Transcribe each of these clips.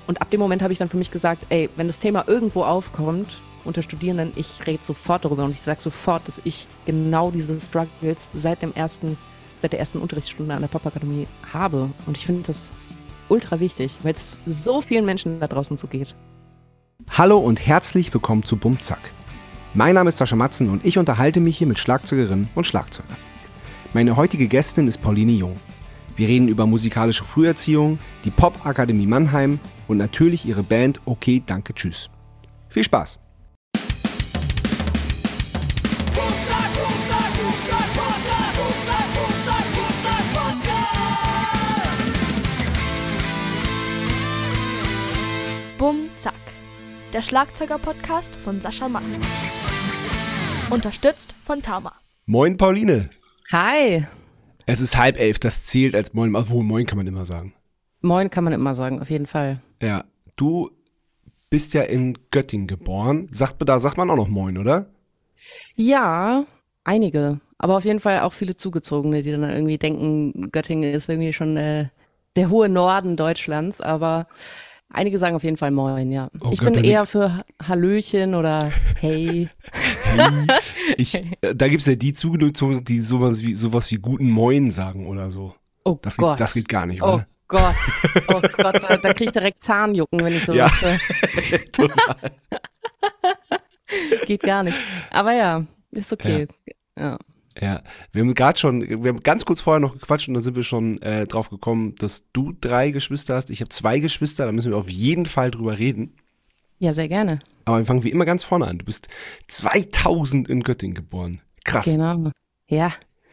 Und ab dem Moment habe ich dann für mich gesagt, ey, wenn das Thema irgendwo aufkommt unter Studierenden, ich rede sofort darüber und ich sage sofort, dass ich genau diese Struggles seit der ersten Unterrichtsstunde an der Popakademie habe. Und ich finde das ultra wichtig, weil es so vielen Menschen da draußen so geht. Hallo und herzlich willkommen zu Bumzack. Mein Name ist Sascha Matzen und ich unterhalte mich hier mit Schlagzeugerinnen und Schlagzeugern. Meine heutige Gästin ist Pauline Jung. Wir reden über musikalische Früherziehung, die Popakademie Mannheim und natürlich ihre Band Okay, Danke, Tschüss. Viel Spaß! Bumzack, der Schlagzeuger-Podcast von Sascha Matzen. Unterstützt von Tama. Moin Pauline! Hi! Es ist 10:30, das zählt als Moin. Also Moin kann man immer sagen. Moin kann man immer sagen, auf jeden Fall. Ja, du bist ja in Göttingen geboren. Sagt man auch noch Moin, oder? Ja, einige. Aber auf jeden Fall auch viele Zugezogene, die dann irgendwie denken, Göttingen ist irgendwie schon der hohe Norden Deutschlands. Aber einige sagen auf jeden Fall Moin, ja. Oh ich Gott, bin eher für Hallöchen oder Hey. Da gibt es ja die Zugezogenen, die sowas wie guten Moin sagen oder so. Oh das Gott. Das geht gar nicht, Oh oder? Gott. Oh Gott, da kriege ich direkt Zahnjucken, wenn ich sowas Ja. Total. Geht gar nicht. Aber ja, ist okay. Ja. Ja, wir haben ganz kurz vorher noch gequatscht und dann sind wir schon drauf gekommen, dass du 3 Geschwister hast. Ich habe 2 Geschwister, da müssen wir auf jeden Fall drüber reden. Ja, sehr gerne. Aber wir fangen wie immer ganz vorne an. Du bist 2000 in Göttingen geboren. Krass. Genau. Ja.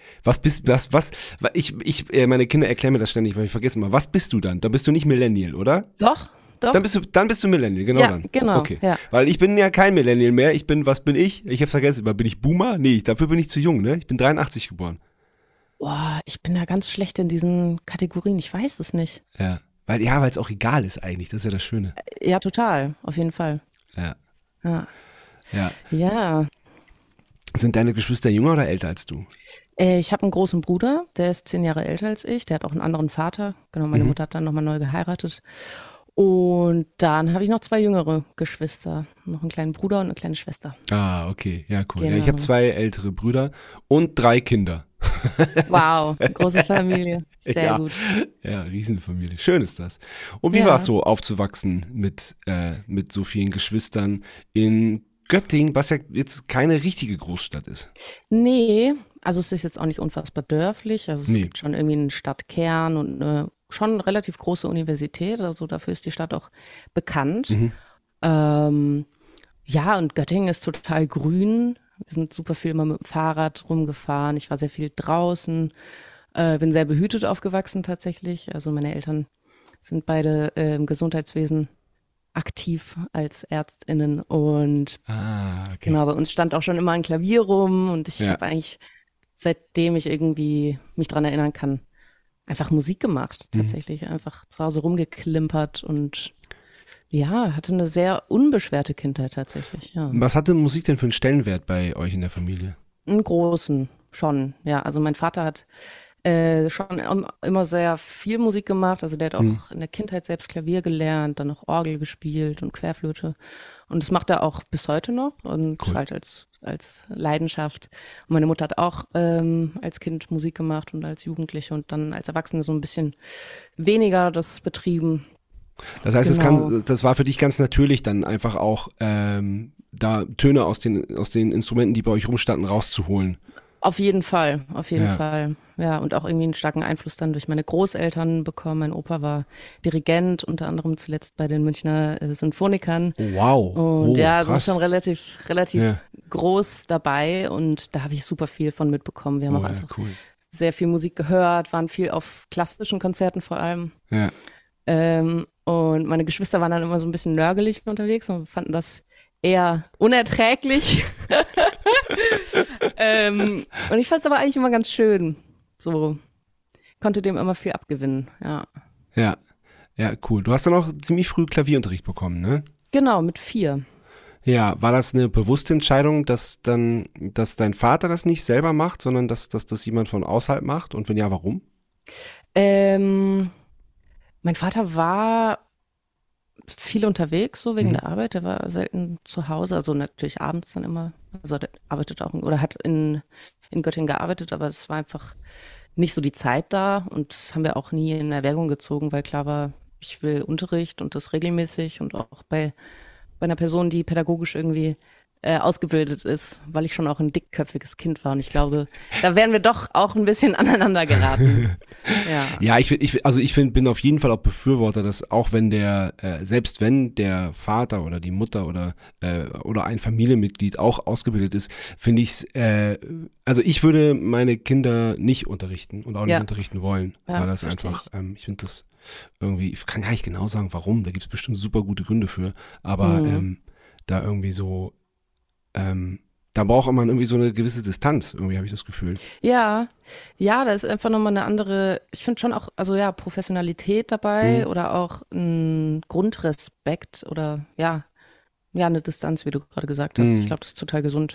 Meine Kinder erklären mir das ständig, weil ich vergesse immer. Was bist du dann? Dann bist du nicht Millennial, oder? Doch. Dann bist du Millennial, genau Ja, dann. genau, Okay. ja. Weil ich bin ja kein Millennial mehr. Was bin ich? Ich hab's vergessen. Bin ich Boomer? Nee, dafür bin ich zu jung, ne? Ich bin 83 geboren. Boah, ich bin da ganz schlecht in diesen Kategorien. Ich weiß es nicht. Ja. Weil es auch egal ist eigentlich. Das ist ja das Schöne. Ja, total. Auf jeden Fall. Ja. Ja. Ja. Ja. Sind deine Geschwister jünger oder älter als du? Ich habe einen großen Bruder, der ist 10 Jahre älter als ich. Der hat auch einen anderen Vater. Genau, meine Mutter hat dann nochmal neu geheiratet. Und dann habe ich noch 2 jüngere Geschwister. Noch einen kleinen Bruder und eine kleine Schwester. Ah, okay. Ja, cool. Genau. Ja, ich habe 2 ältere Brüder und 3 Kinder. Wow, große Familie. Sehr gut. Ja, Riesenfamilie. Schön ist das. Und wie Ja. war es so, aufzuwachsen mit so vielen Geschwistern in Göttingen, was ja jetzt keine richtige Großstadt ist? Nee, also es ist jetzt auch nicht unfassbar dörflich. Also es Nee. gibt schon irgendwie einen Stadtkern und eine schon relativ große Universität. Also dafür ist die Stadt auch bekannt. Ja, und Göttingen ist total grün. Wir sind super viel immer mit dem Fahrrad rumgefahren. Ich war sehr viel draußen. Bin sehr behütet aufgewachsen tatsächlich. Also meine Eltern sind beide im Gesundheitswesen aktiv als ÄrztInnen und Ah, okay. genau, bei uns stand auch schon immer ein Klavier rum und ich Ja. habe eigentlich, seitdem ich irgendwie mich dran erinnern kann, einfach Musik gemacht, tatsächlich. Einfach zu Hause rumgeklimpert und ja, hatte eine sehr unbeschwerte Kindheit tatsächlich, ja. Was hatte Musik denn für einen Stellenwert bei euch in der Familie? Einen großen, schon, ja. Also mein Vater hat schon immer sehr viel Musik gemacht. Also der hat auch in der Kindheit selbst Klavier gelernt, dann noch Orgel gespielt und Querflöte. Und das macht er auch bis heute noch und Cool. halt als Leidenschaft. Und meine Mutter hat auch als Kind Musik gemacht und als Jugendliche und dann als Erwachsene so ein bisschen weniger das betrieben. Das heißt, Genau. das war für dich ganz natürlich dann einfach auch da Töne aus den Instrumenten, die bei euch rumstanden, rauszuholen. Auf jeden Fall, auf jeden Ja. Fall. Ja, und auch irgendwie einen starken Einfluss dann durch meine Großeltern bekommen. Mein Opa war Dirigent, unter anderem zuletzt bei den Münchner Sinfonikern. Oh, wow. Und ja, sind krass. schon relativ Ja. groß dabei und da habe ich super viel von mitbekommen. Wir haben auch Ja, einfach cool. sehr viel Musik gehört, waren viel auf klassischen Konzerten vor allem. Ja. Und meine Geschwister waren dann immer so ein bisschen nörgelig unterwegs und fanden das eher unerträglich. Und ich fand es aber eigentlich immer ganz schön. So, konnte dem immer viel abgewinnen, ja. Ja. Ja, cool. Du hast dann auch ziemlich früh Klavierunterricht bekommen, ne? Genau, mit 4. Ja, war das eine bewusste Entscheidung, dass dein Vater das nicht selber macht, sondern dass das jemand von außerhalb macht? Und wenn ja, warum? Mein Vater war viel unterwegs, so wegen der Arbeit. Der war selten zu Hause, also natürlich abends dann immer. Also der arbeitet auch oder hat in Göttingen gearbeitet, aber es war einfach nicht so die Zeit da und das haben wir auch nie in Erwägung gezogen, weil klar war, ich will Unterricht und das regelmäßig und auch bei einer Person, die pädagogisch irgendwie ausgebildet ist, weil ich schon auch ein dickköpfiges Kind war und ich glaube, da wären wir doch auch ein bisschen aneinander geraten. Ja, bin auf jeden Fall auch Befürworter, dass auch wenn selbst wenn der Vater oder die Mutter oder ein Familienmitglied auch ausgebildet ist, finde ich es, also ich würde meine Kinder nicht unterrichten und auch nicht unterrichten wollen, weil das einfach, ich finde das irgendwie, ich kann gar nicht genau sagen, warum, da gibt es bestimmt super gute Gründe für, aber da irgendwie so, da braucht man irgendwie so eine gewisse Distanz, irgendwie habe ich das Gefühl. Ja, da ist einfach nochmal eine andere, ich finde schon auch, also ja, Professionalität dabei oder auch ein Grundrespekt oder eine Distanz, wie du gerade gesagt hast. Ich glaube, das ist total gesund.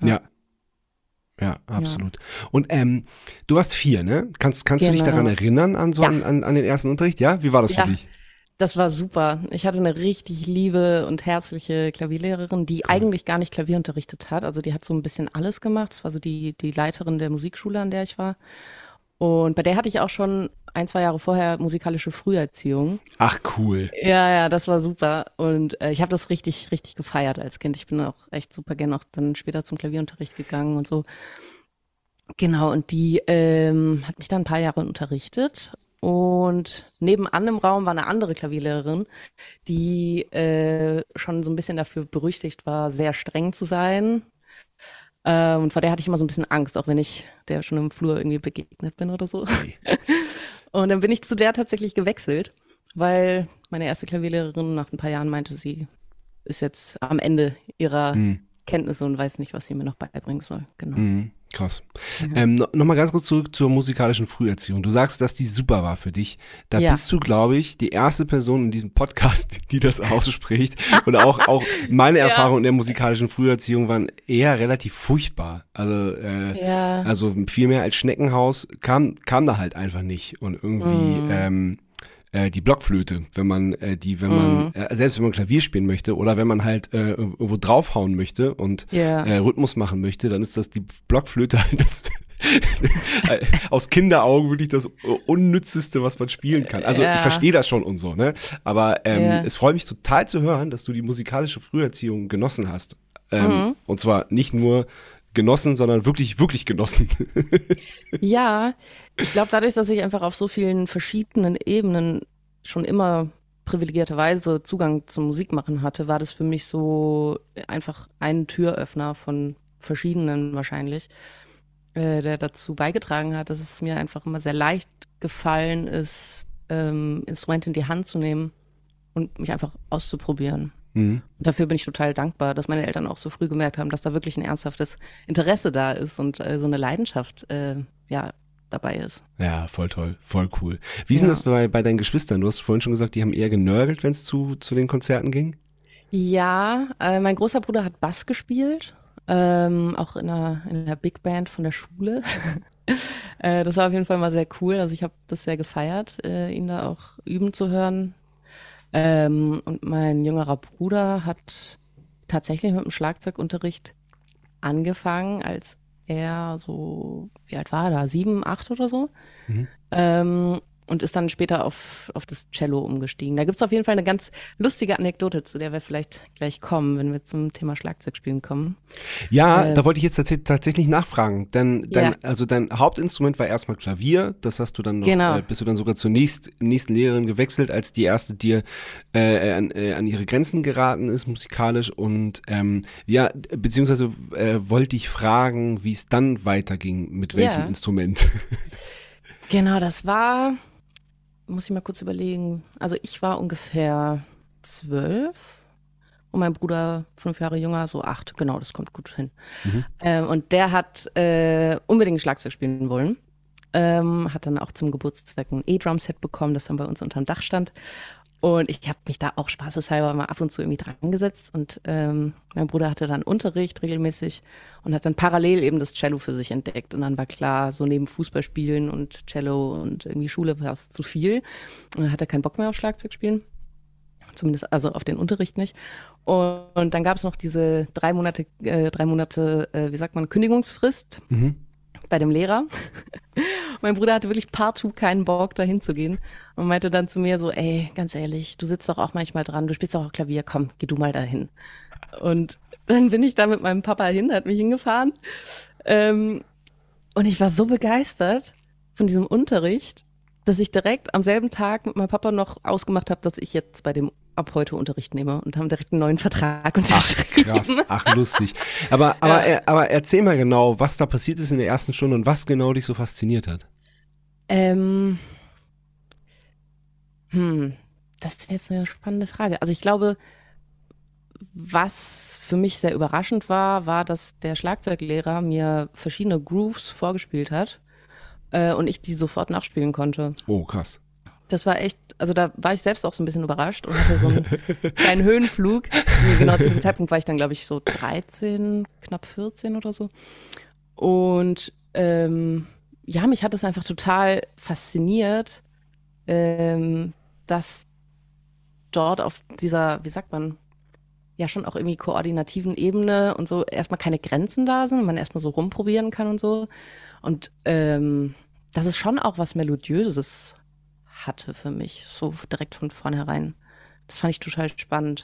Ja, absolut. Und du warst 4, ne? Kannst du dich daran erinnern an an den ersten Unterricht? Ja? Wie war das für dich? Das war super. Ich hatte eine richtig liebe und herzliche Klavierlehrerin, die eigentlich gar nicht Klavier unterrichtet hat. Also die hat so ein bisschen alles gemacht. Das war so die Leiterin der Musikschule, an der ich war. Und bei der hatte ich auch schon 1-2 Jahre vorher musikalische Früherziehung. Ach, cool. Ja, das war super. Und ich habe das richtig, richtig gefeiert als Kind. Ich bin auch echt super gerne auch dann später zum Klavierunterricht gegangen und so. Genau, und die hat mich dann ein paar Jahre unterrichtet. Und nebenan im Raum war eine andere Klavierlehrerin, die schon so ein bisschen dafür berüchtigt war, sehr streng zu sein. Und vor der hatte ich immer so ein bisschen Angst, auch wenn ich der schon im Flur irgendwie begegnet bin oder so. Okay. Und dann bin ich zu der tatsächlich gewechselt, weil meine erste Klavierlehrerin nach ein paar Jahren meinte, sie ist jetzt am Ende ihrer Kenntnisse und weiß nicht, was sie mir noch beibringen soll. Genau. Krass. Nochmal ganz kurz zurück zur musikalischen Früherziehung. Du sagst, dass die super war für dich. Da bist du, glaube ich, die erste Person in diesem Podcast, die das ausspricht. Und auch meine Erfahrungen in der musikalischen Früherziehung waren eher relativ furchtbar. Also viel mehr als Schneckenhaus kam da halt einfach nicht. Und irgendwie die Blockflöte, selbst wenn man Klavier spielen möchte oder wenn man halt irgendwo draufhauen möchte und Rhythmus machen möchte, dann ist das die Blockflöte halt das aus Kinderaugen wirklich das Unnützeste, was man spielen kann. Also ich verstehe das schon und so, ne? Aber es freut mich total zu hören, dass du die musikalische Früherziehung genossen hast. Und zwar nicht nur genossen, sondern wirklich, wirklich genossen. Ja, ich glaube, dadurch, dass ich einfach auf so vielen verschiedenen Ebenen schon immer privilegierterweise Zugang zum Musikmachen hatte, war das für mich so einfach ein Türöffner von verschiedenen wahrscheinlich, der dazu beigetragen hat, dass es mir einfach immer sehr leicht gefallen ist, Instrumente in die Hand zu nehmen und mich einfach auszuprobieren. Und dafür bin ich total dankbar, dass meine Eltern auch so früh gemerkt haben, dass da wirklich ein ernsthaftes Interesse da ist und so eine Leidenschaft dabei ist. Ja, voll toll, voll cool. Wie ist denn das bei deinen Geschwistern? Du hast vorhin schon gesagt, die haben eher genörgelt, wenn es zu den Konzerten ging? Ja, mein großer Bruder hat Bass gespielt, auch in einer Big Band von der Schule. Das war auf jeden Fall mal sehr cool. Also ich habe das sehr gefeiert, ihn da auch üben zu hören. Und mein jüngerer Bruder hat tatsächlich mit dem Schlagzeugunterricht angefangen, als er so, wie alt war er da? 7, 8 oder so. Und ist dann später auf das Cello umgestiegen. Da gibt es auf jeden Fall eine ganz lustige Anekdote, zu der wir vielleicht gleich kommen, wenn wir zum Thema Schlagzeugspielen kommen. Ja, da wollte ich jetzt tatsächlich nachfragen. Also dein Hauptinstrument war erstmal Klavier, das hast du dann noch, bist du dann sogar zur nächsten Lehrerin gewechselt, als die erste dir an ihre Grenzen geraten ist, musikalisch. Und beziehungsweise wollte ich fragen, wie es dann weiterging, mit welchem Instrument. Genau, das war, muss ich mal kurz überlegen, also ich war ungefähr 12 und mein Bruder 5 Jahre jünger, so 8, genau, das kommt gut hin. Und der hat unbedingt Schlagzeug spielen wollen, hat dann auch zum Geburtstag ein E-Drum-Set bekommen, das dann bei uns unterm Dach stand. Und ich habe mich da auch spaßeshalber mal ab und zu irgendwie dran gesetzt und mein Bruder hatte dann Unterricht regelmäßig und hat dann parallel eben das Cello für sich entdeckt und dann war klar, so neben Fußballspielen und Cello und irgendwie Schule war es zu viel und dann hat er keinen Bock mehr auf Schlagzeug spielen Zumindest also auf den Unterricht nicht. Und dann gab es noch diese 3 Monate, wie sagt man, Kündigungsfrist bei dem Lehrer. Mein Bruder hatte wirklich partout keinen Bock, da hinzugehen und meinte dann zu mir so, ey, ganz ehrlich, du sitzt doch auch manchmal dran, du spielst doch auch Klavier, komm, geh du mal dahin. Und dann bin ich da mit meinem Papa hin, der hat mich hingefahren. Und ich war so begeistert von diesem Unterricht, dass ich direkt am selben Tag mit meinem Papa noch ausgemacht habe, dass ich jetzt bei dem ab heute Unterricht nehme und haben direkt einen neuen Vertrag unterschrieben. Ach, krass, ach, lustig. Aber erzähl mal genau, was da passiert ist in der ersten Stunde und was genau dich so fasziniert hat. Das ist jetzt eine spannende Frage. Also ich glaube, was für mich sehr überraschend war, dass der Schlagzeuglehrer mir verschiedene Grooves vorgespielt hat und ich die sofort nachspielen konnte. Oh, krass. Das war echt, also da war ich selbst auch so ein bisschen überrascht und hatte so einen kleinen Höhenflug. Genau zu dem Zeitpunkt war ich dann, glaube ich, so 13, knapp 14 oder so. Und ja, mich hat das einfach total fasziniert, dass dort auf dieser, wie sagt man, ja schon auch irgendwie koordinativen Ebene und so erstmal keine Grenzen da sind, man erstmal so rumprobieren kann und so. Und dass es schon auch was Melodiöses hatte für mich, so direkt von vornherein. Das fand ich total spannend.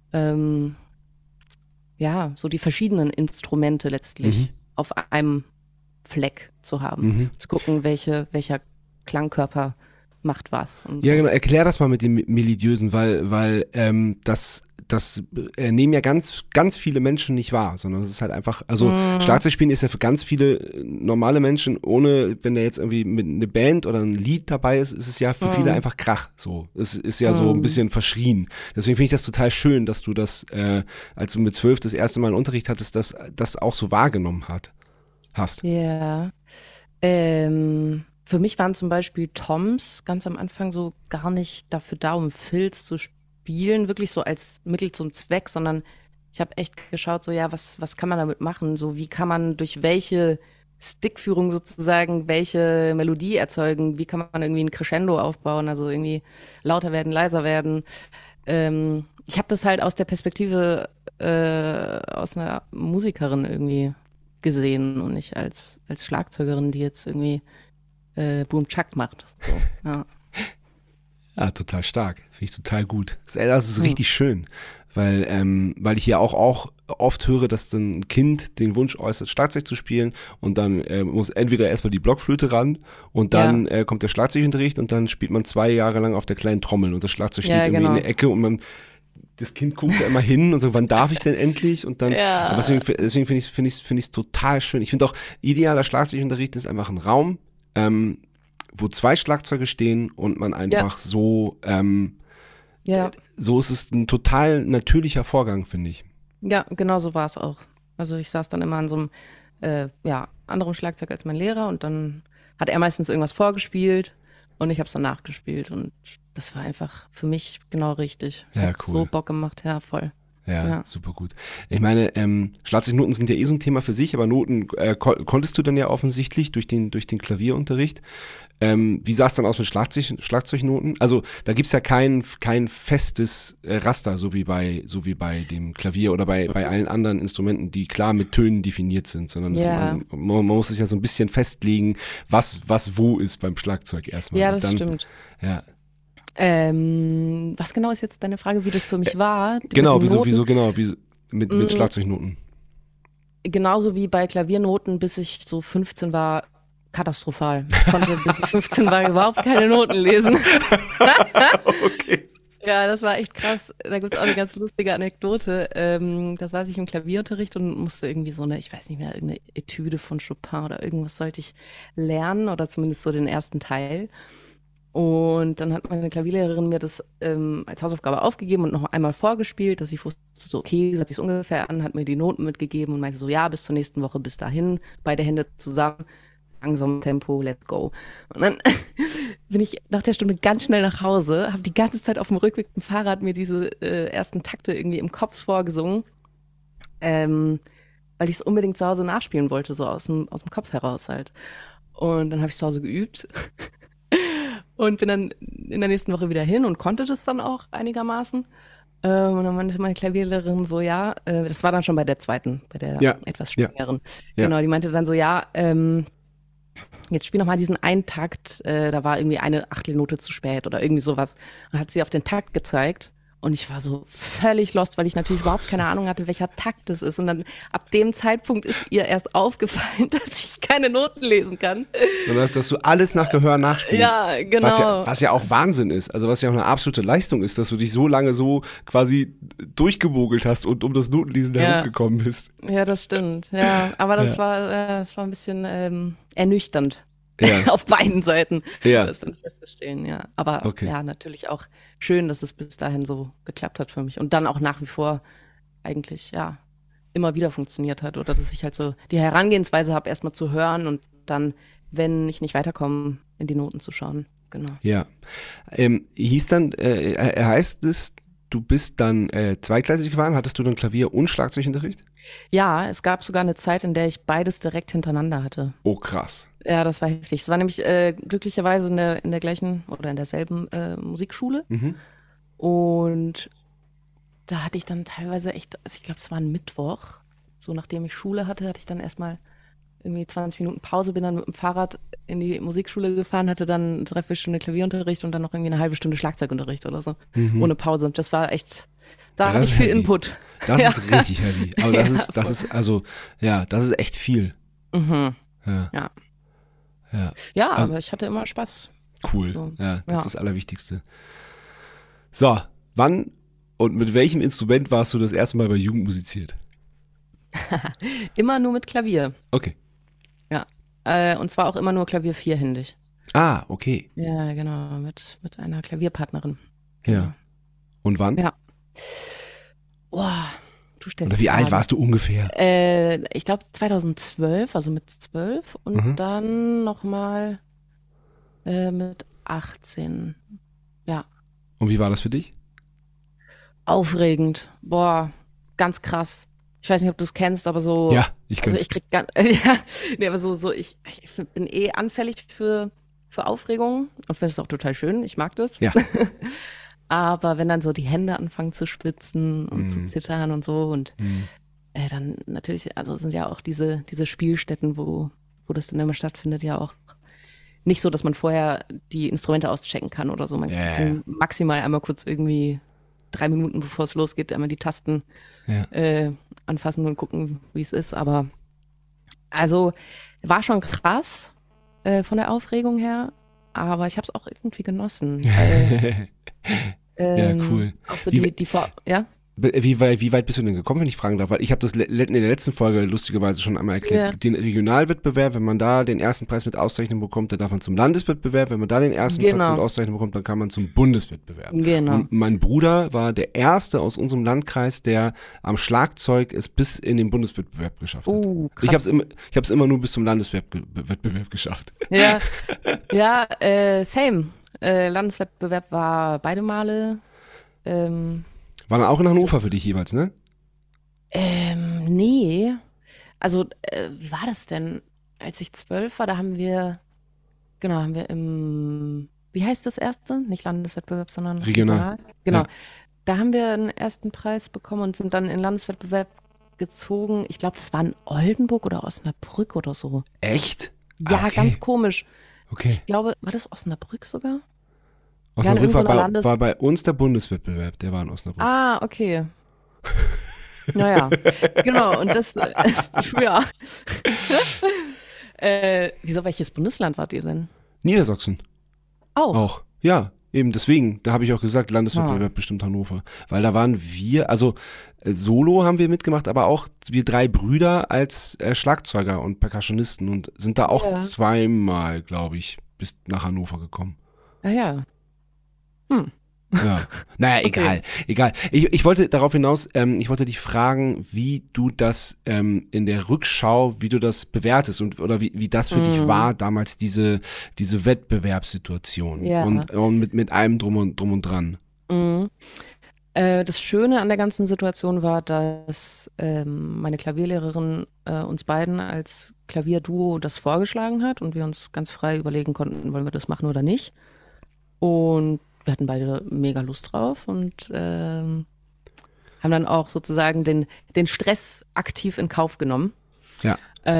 Ja, so die verschiedenen Instrumente letztlich auf einem Fleck zu haben. Zu gucken, welcher Klangkörper macht was. Und ja, so. genau. Erklär das mal mit dem Melodiösen, weil das nehmen ja ganz, ganz viele Menschen nicht wahr, sondern es ist halt einfach, also Schlagzeugspielen ist ja für ganz viele normale Menschen, ohne, wenn da jetzt irgendwie mit eine Band oder ein Lied dabei ist, ist es ja für viele einfach Krach, so. Es ist ja so ein bisschen verschrien. Deswegen finde ich das total schön, dass du das, als du mit 12 das erste Mal einen Unterricht hattest, das auch so wahrgenommen hast. Ja. Für mich waren zum Beispiel Toms ganz am Anfang so gar nicht dafür da, um Filz zu spielen, wirklich so als Mittel zum Zweck, sondern ich habe echt geschaut, so ja, was kann man damit machen? So wie kann man durch welche Stickführung sozusagen welche Melodie erzeugen? Wie kann man irgendwie ein Crescendo aufbauen? Also irgendwie lauter werden, leiser werden. Ich habe das halt aus der Perspektive aus einer Musikerin irgendwie gesehen und nicht als Schlagzeugerin, die jetzt irgendwie Boom Chuck macht. So, ja. Ja, total stark. Finde ich total gut. Das ist richtig schön, weil ich ja auch oft höre, dass dann ein Kind den Wunsch äußert, Schlagzeug zu spielen und dann muss entweder erstmal die Blockflöte ran und dann kommt der Schlagzeugunterricht und dann spielt man 2 Jahre lang auf der kleinen Trommel und das Schlagzeug steht irgendwie in der Ecke und das Kind guckt da immer hin und so, wann darf ich denn endlich? Und dann, deswegen finde ich es total schön. Ich finde auch, idealer Schlagzeugunterricht ist einfach ein Raum, wo 2 Schlagzeuge stehen und man einfach so ist es ein total natürlicher Vorgang, finde ich. Ja, genau so war es auch. Also ich saß dann immer an so einem anderen Schlagzeug als mein Lehrer und dann hat er meistens irgendwas vorgespielt und ich habe es dann nachgespielt und das war einfach für mich genau richtig. Das hat so Bock gemacht, ja, voll. Ja, super gut. Ich meine, Schlagzeugnoten sind ja so ein Thema für sich, aber Noten konntest du dann ja offensichtlich durch den Klavierunterricht. Wie sah es dann aus mit Schlagzeugnoten? Also da gibt es ja kein festes Raster, so wie bei dem Klavier oder bei allen anderen Instrumenten, die klar mit Tönen definiert sind, sondern man muss es ja so ein bisschen festlegen, was wo ist beim Schlagzeug erstmal. Ja, das stimmt. Ja. Was genau ist jetzt deine Frage, wie das für mich war? Genau, wie mit Schlagzeugnoten. Genauso wie bei Klaviernoten, bis ich so 15 war, katastrophal. Ich konnte bis ich 15 war überhaupt keine Noten lesen. Okay. Ja, das war echt krass. Da gibt es auch eine ganz lustige Anekdote. Da saß ich im Klavierunterricht und musste irgendwie so ich weiß nicht mehr, irgendeine Etüde von Chopin oder irgendwas sollte ich lernen oder zumindest so den ersten Teil. Und dann hat meine Klavierlehrerin mir das als Hausaufgabe aufgegeben und noch einmal vorgespielt, dass ich wusste, so okay, so hört sich ungefähr an, hat mir die Noten mitgegeben und meinte so, ja, bis zur nächsten Woche, bis dahin, beide Hände zusammen, langsam Tempo, let's go. Und dann bin ich nach der Stunde ganz schnell nach Hause, habe die ganze Zeit auf dem Rückweg mit dem Fahrrad mir diese ersten Takte irgendwie im Kopf vorgesungen, weil ich es unbedingt zu Hause nachspielen wollte, so aus dem Kopf heraus halt. Und dann habe ich zu Hause geübt. Und bin dann in der nächsten Woche wieder hin und konnte das dann auch einigermaßen. Und dann meinte meine Klavierlehrerin so, ja, das war dann schon bei der zweiten, bei der etwas strengeren. Ja. Genau, die meinte dann so, ja, jetzt spiel noch mal diesen einen Takt, da war irgendwie eine Achtelnote zu spät oder irgendwie sowas. Und hat sie auf den Takt gezeigt und ich war so völlig lost, weil ich natürlich überhaupt keine Ahnung hatte, welcher Takt das ist. Und dann ab dem Zeitpunkt ist ihr erst aufgefallen, dass ich keine Noten lesen kann. Sondern dass du alles nach Gehör nachspielst. Ja, genau. Was ja auch Wahnsinn ist, also was ja auch eine absolute Leistung ist, dass du dich so lange so quasi durchgemogelt hast und um das Notenlesen herumgekommen bist. Ja, das stimmt. Ja, aber das war ein bisschen ernüchternd. Ja. Auf beiden Seiten, das dann festzustellen, ja. Aber ja, natürlich auch schön, dass es bis dahin so geklappt hat für mich. Und dann auch nach wie vor eigentlich, immer wieder funktioniert hat. Oder dass ich halt so die Herangehensweise habe, erstmal zu hören und dann, wenn ich nicht weiterkomme, in die Noten zu schauen. Genau. Ja. Heißt es, du bist dann zweigleisig gefahren? Hattest du dann Klavier- und Schlagzeugunterricht? Ja, es gab sogar eine Zeit, in der ich beides direkt hintereinander hatte. Oh, krass. Ja, das war heftig. Es war nämlich glücklicherweise in der gleichen oder in derselben Musikschule. Mhm. Und da hatte ich dann teilweise echt, also ich glaube, es war ein Mittwoch, so nachdem ich Schule hatte ich dann erstmal irgendwie 20 Minuten Pause, bin dann mit dem Fahrrad in die Musikschule gefahren, hatte dann eine Dreiviertelstunde Klavierunterricht und dann noch irgendwie eine halbe Stunde Schlagzeugunterricht oder so, ohne Pause. Das war echt, da hatte ich viel heavy. Input. Das ist richtig heavy. Aber das ist echt viel. Mhm. Ja. Ja, Also, aber ich hatte immer Spaß. Cool. So. Ja, das ist das Allerwichtigste. So, wann und mit welchem Instrument warst du das erste Mal bei Jugend musiziert? Immer nur mit Klavier. Okay. Ja. Und zwar auch immer nur Klavier vierhändig. Ah, okay. Ja, genau, mit einer Klavierpartnerin. Ja. Und wann? Ja. Boah, du stellst Oder wie alt Fragen. warst du ungefähr? Ich glaube 2012, also mit 12 und dann nochmal mit 18. Ja. Und wie war das für dich? Aufregend. Boah, ganz krass. Ich weiß nicht, ob du es kennst, aber so. Ja, ich kenn's. Also ich krieg aber so ich bin anfällig für Aufregung und finde es auch total schön. Ich mag das. Ja. Aber wenn dann so die Hände anfangen zu schwitzen und zu zittern und so und dann natürlich, also sind ja auch diese Spielstätten, wo das dann immer stattfindet, ja auch nicht so, dass man vorher die Instrumente auschecken kann oder so. Man kann maximal einmal kurz irgendwie 3 Minuten, bevor es losgeht, einmal die Tasten anfassen und gucken, wie es ist. Aber also war schon krass von der Aufregung her, aber ich habe es auch irgendwie genossen. Ja, cool. Auch so die ja? Wie weit bist du denn gekommen, wenn ich fragen darf? Weil ich habe das in der letzten Folge lustigerweise schon einmal erklärt. Ja. Es gibt den Regionalwettbewerb, wenn man da den ersten Preis mit Auszeichnung bekommt, dann darf man zum Landeswettbewerb. Wenn man da den ersten Preis mit Auszeichnung bekommt, dann kann man zum Bundeswettbewerb. Genau. Und mein Bruder war der Erste aus unserem Landkreis, der am Schlagzeug es bis in den Bundeswettbewerb geschafft hat. Krass. Ich habe es immer nur bis zum Landeswettbewerb geschafft. Ja, same. Landeswettbewerb war beide Male. War dann auch in Hannover für dich jeweils, ne? Nee. Also, wie war das denn? Als ich 12 war, da haben wir im, wie heißt das erste? Nicht Landeswettbewerb, sondern Regional. Genau. Ja. Da haben wir einen ersten Preis bekommen und sind dann in Landeswettbewerb gezogen. Ich glaube, das war in Oldenburg oder Osnabrück oder so. Echt? Ja, okay. ganz komisch. Okay. Ich glaube, war das Osnabrück sogar? Osnabrück Ja, war bei uns der Bundeswettbewerb, der war in Osnabrück. Ah, okay. Naja, genau. Und das, ja. Wieso, welches Bundesland wart ihr denn? Niedersachsen. Auch. Ja, eben deswegen, da habe ich auch gesagt, Landeswettbewerb bestimmt Hannover. Weil da waren wir, also Solo haben wir mitgemacht, aber auch wir 3 Brüder als Schlagzeuger und Percussionisten und sind da auch zweimal, glaube ich, bis nach Hannover gekommen. Ja. Ja. Naja, Okay. egal. Ich wollte darauf hinaus, ich wollte dich fragen, wie du das in der Rückschau, wie du das bewertest oder wie das für dich war, damals diese Wettbewerbssituation Ja. und mit allem drum und dran. Das Schöne an der ganzen Situation war, dass meine Klavierlehrerin uns beiden als Klavierduo das vorgeschlagen hat und wir uns ganz frei überlegen konnten, wollen wir das machen oder nicht. Und wir hatten beide mega Lust drauf und haben dann auch sozusagen den Stress aktiv in Kauf genommen. Ja.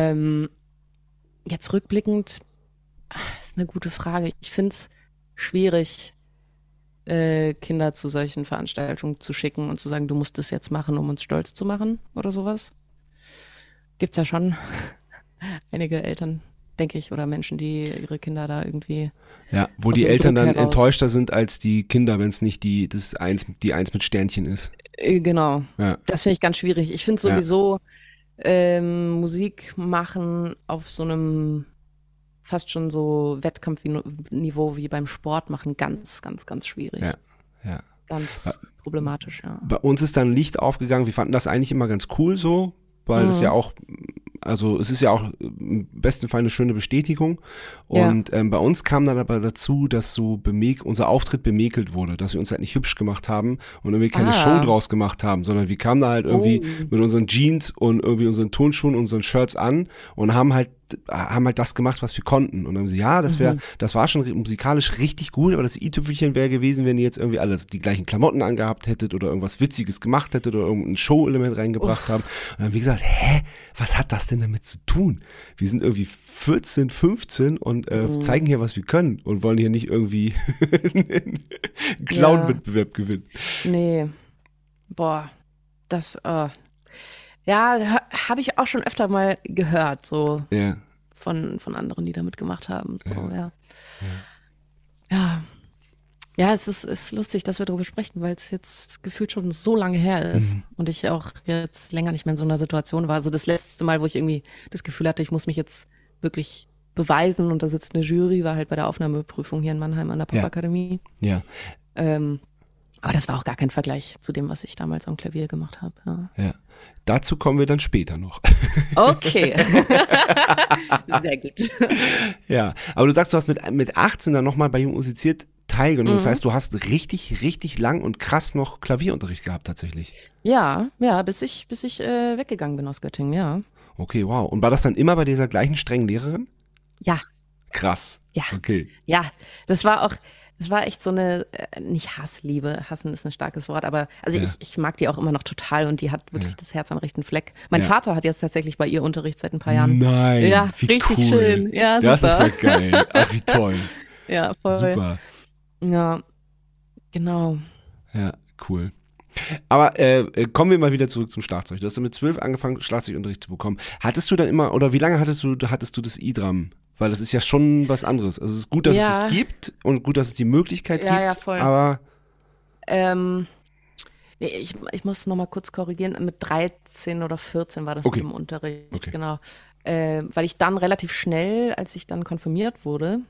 Jetzt rückblickend, ist eine gute Frage. Ich finde es schwierig, Kinder zu solchen Veranstaltungen zu schicken und zu sagen, du musst das jetzt machen, um uns stolz zu machen oder sowas. Gibt's ja schon einige Eltern, denke ich, oder Menschen, die ihre Kinder da irgendwie. Ja, wo aus die dem Eltern Druck dann heraus. enttäuschter sind als die Kinder, wenn es nicht die Eins mit Sternchen ist. Genau, Ja. das finde ich ganz schwierig. Ich finde sowieso Musik machen auf so einem fast schon so Wettkampfniveau wie beim Sport machen ganz, ganz, ganz schwierig. Ja. Ganz problematisch, ja. Bei uns ist dann Licht aufgegangen. Wir fanden das eigentlich immer ganz cool so, weil das ja auch, also es ist ja auch im besten Fall eine schöne Bestätigung. Und bei uns kam dann aber dazu, dass so unser Auftritt bemäkelt wurde, dass wir uns halt nicht hübsch gemacht haben und irgendwie keine Show draus gemacht haben, sondern wir kamen da halt irgendwie mit unseren Jeans und irgendwie unseren Turnschuhen, unseren Shirts an und haben halt das gemacht, was wir konnten. Und dann haben sie, ja, das war schon musikalisch richtig gut, aber das i-Tüpfelchen wäre gewesen, wenn ihr jetzt irgendwie alle die gleichen Klamotten angehabt hättet oder irgendwas Witziges gemacht hättet oder irgendein Show-Element reingebracht haben. Und dann haben wir gesagt, was hat das denn damit zu tun? Wir sind irgendwie 14, 15 und zeigen hier, was wir können und wollen hier nicht irgendwie einen Clown-Wettbewerb gewinnen. Nee. Boah, das, ja, habe ich auch schon öfter mal gehört, so von anderen, die da mitgemacht haben. So, ja, es ist lustig, dass wir darüber sprechen, weil es jetzt gefühlt schon so lange her ist und ich auch jetzt länger nicht mehr in so einer Situation war. Also das letzte Mal, wo ich irgendwie das Gefühl hatte, ich muss mich jetzt wirklich beweisen und da sitzt eine Jury, war halt bei der Aufnahmeprüfung hier in Mannheim an der Popakademie. Ja. Aber das war auch gar kein Vergleich zu dem, was ich damals am Klavier gemacht habe. Ja. Dazu kommen wir dann später noch. Okay. Sehr gut. Ja, aber du sagst, du hast mit 18 dann nochmal bei Jung musiziert teilgenommen. Das heißt, du hast richtig, richtig lang und krass noch Klavierunterricht gehabt tatsächlich. Ja, bis ich weggegangen bin aus Göttingen, ja. Okay, wow. Und war das dann immer bei dieser gleichen strengen Lehrerin? Ja. Krass. Ja. Okay. Ja, das war echt so eine, nicht Hassliebe, hassen ist ein starkes Wort, aber also ich mag die auch immer noch total und die hat wirklich das Herz am rechten Fleck. Mein Vater hat jetzt tatsächlich bei ihr Unterricht seit ein paar Jahren. Nein, ja, wie richtig cool. Schön. Ja, super. Das ist ja geil. Ach, wie toll. Ja, voll. Super. Ja, genau. Ja, cool. Aber kommen wir mal wieder zurück zum Schlagzeug. Du hast ja mit 12 angefangen, Schlagzeugunterricht zu bekommen. Hattest du dann immer, oder wie lange hattest du das I-Drum? Weil das ist ja schon was anderes. Also es ist gut, dass es das gibt und gut, dass es die Möglichkeit gibt. Ja, voll. Aber nee, ich muss noch mal kurz korrigieren. Mit 13 oder 14 war das mit dem Unterricht, genau. Weil ich dann relativ schnell, als ich dann konfirmiert wurde,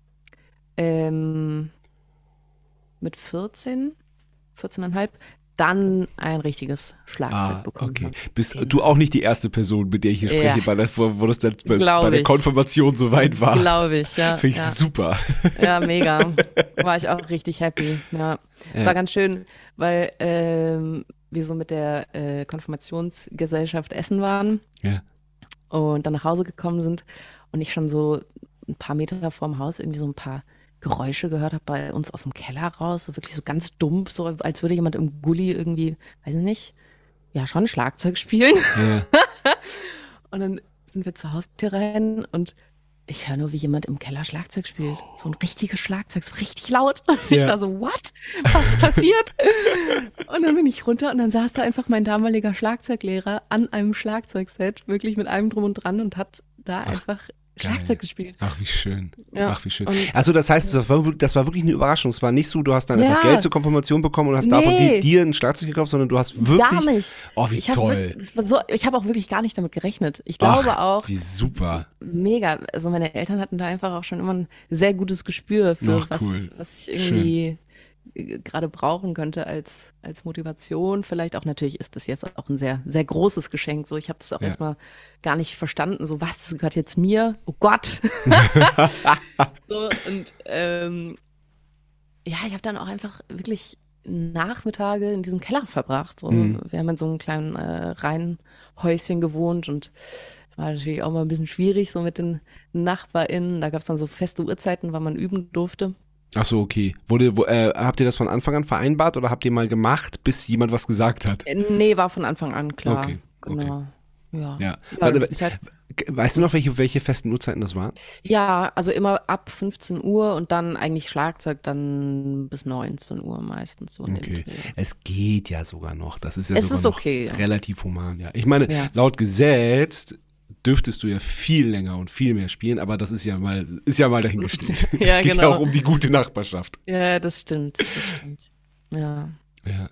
mit 14,5, dann ein richtiges Schlagzeug bekommen habe. Bist du auch nicht die erste Person, mit der ich hier spreche, wo das dann bei der Konfirmation so weit war? Glaube ich, ja. Finde ich super. Ja, mega. War ich auch richtig happy. Ja. Es war ganz schön, weil wir so mit der Konfirmationsgesellschaft essen waren und dann nach Hause gekommen sind und ich schon so ein paar Meter vorm Haus irgendwie so ein paar Geräusche gehört habe bei uns aus dem Keller raus, so wirklich so ganz dumpf, so als würde jemand im Gully irgendwie, weiß ich nicht, ja schon Schlagzeug spielen. Ja. Und dann sind wir zur Haustür rein und ich höre nur, wie jemand im Keller Schlagzeug spielt. So ein richtiges Schlagzeug, so richtig laut. Und ich war so, what? Was passiert? Und dann bin ich runter und dann saß da einfach mein damaliger Schlagzeuglehrer an einem Schlagzeugset, wirklich mit allem drum und dran und hat da einfach Schlagzeug gespielt. Ach, wie schön. Ja. Ach, wie schön. Also das heißt, das war wirklich eine Überraschung. Es war nicht so, du hast dann einfach Geld zur Konfirmation bekommen und hast davon dir ein Schlagzeug gekauft, sondern du hast wirklich... Gar nicht. Oh, wie toll. Ich habe auch wirklich gar nicht damit gerechnet. Ich glaube auch... wie super. Mega. Also meine Eltern hatten da einfach auch schon immer ein sehr gutes Gespür für, was ich irgendwie gerade brauchen könnte als Motivation. Vielleicht auch, natürlich ist das jetzt auch ein sehr, sehr großes Geschenk. So, ich habe das auch erstmal gar nicht verstanden. So, was, das gehört jetzt mir? Oh Gott. So, und ich habe dann auch einfach wirklich Nachmittage in diesem Keller verbracht. So. Wir haben in so einem kleinen Reihenhäuschen gewohnt und war natürlich auch mal ein bisschen schwierig so mit den NachbarInnen. Da gab es dann so feste Uhrzeiten, wann man üben durfte. Ach so, okay. Habt ihr das von Anfang an vereinbart oder habt ihr mal gemacht, bis jemand was gesagt hat? Nee, war von Anfang an klar. Okay, genau. Ja. Ja. Das ist halt, Weißt du noch, welche festen Uhrzeiten das waren? ja, also immer ab 15 Uhr und dann eigentlich Schlagzeug dann bis 19 Uhr meistens so in dem Okay. Dreh. Es geht ja sogar noch. Das ist ja Es sogar ist noch okay, ja. relativ human, ja. Ich meine, Ja. laut Gesetz dürftest du ja viel länger und viel mehr spielen, aber das ist ja mal dahingestellt. Ja, Es geht ja genau. auch um die gute Nachbarschaft. Ja, das stimmt. Ja. Ja.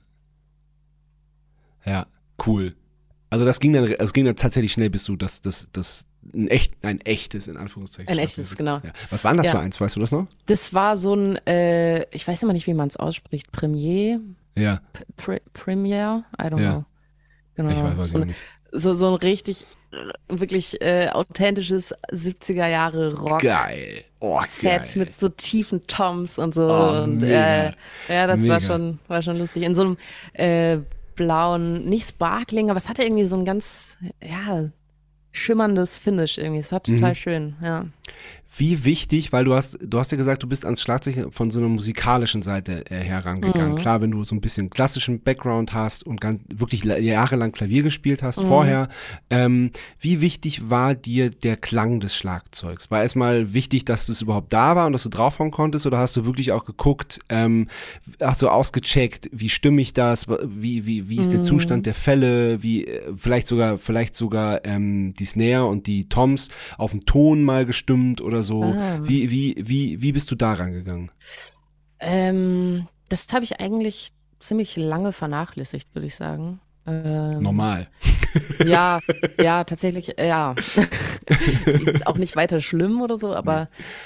Ja, cool. Also das ging dann tatsächlich schnell, bis du das ein echtes, in Anführungszeichen. Ein Schlagzeug echtes, bist. genau. Ja. Was war denn das Ja. für eins, weißt du das noch? Das war so ein, ich weiß immer nicht, wie man es ausspricht, Premier, Ja, Premier, I don't Ja. know. Genau. ich weiß so, ich ein, nicht. so ein richtig, wirklich authentisches 70er Jahre Rock. Geil. Oh, Set geil. mit so tiefen Toms und so. Oh, und mega. ja, das Mega. war schon lustig. In so einem blauen, nicht Sparkling, aber es hatte irgendwie so ein ganz, ja, schimmerndes Finish irgendwie. Es war total schön, ja. Wie wichtig, weil du hast ja gesagt, du bist ans Schlagzeug von so einer musikalischen Seite herangegangen. Klar, wenn du so ein bisschen klassischen Background hast und wirklich jahrelang Klavier gespielt hast vorher. Wie wichtig war dir der Klang des Schlagzeugs? War erstmal wichtig, dass das überhaupt da war und dass du draufhauen konntest, oder hast du wirklich auch geguckt, hast du ausgecheckt, wie stimmig das, wie ist der Zustand der Fälle, vielleicht sogar die Snare und die Toms auf den Ton mal gestimmt oder so. Wie bist du da rangegangen? Das habe ich eigentlich ziemlich lange vernachlässigt, würde ich sagen. Normal. Ja, tatsächlich, ja. Ist auch nicht weiter schlimm oder so, aber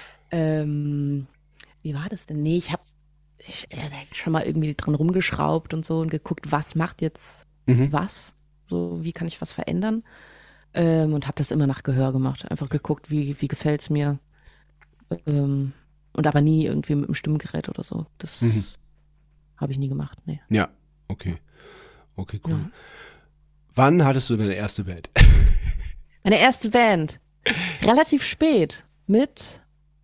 wie war das denn? Nee, ich habe schon mal irgendwie dran rumgeschraubt und so und geguckt, was macht jetzt was? So, wie kann ich was verändern? Und habe das immer nach Gehör gemacht. Einfach geguckt, wie gefällt es mir. Und aber nie irgendwie mit einem Stimmgerät oder so. Das habe ich nie gemacht, nee. Ja, okay. Okay, cool. Ja. Wann hattest du deine erste Band? Meine erste Band. Relativ spät. Mit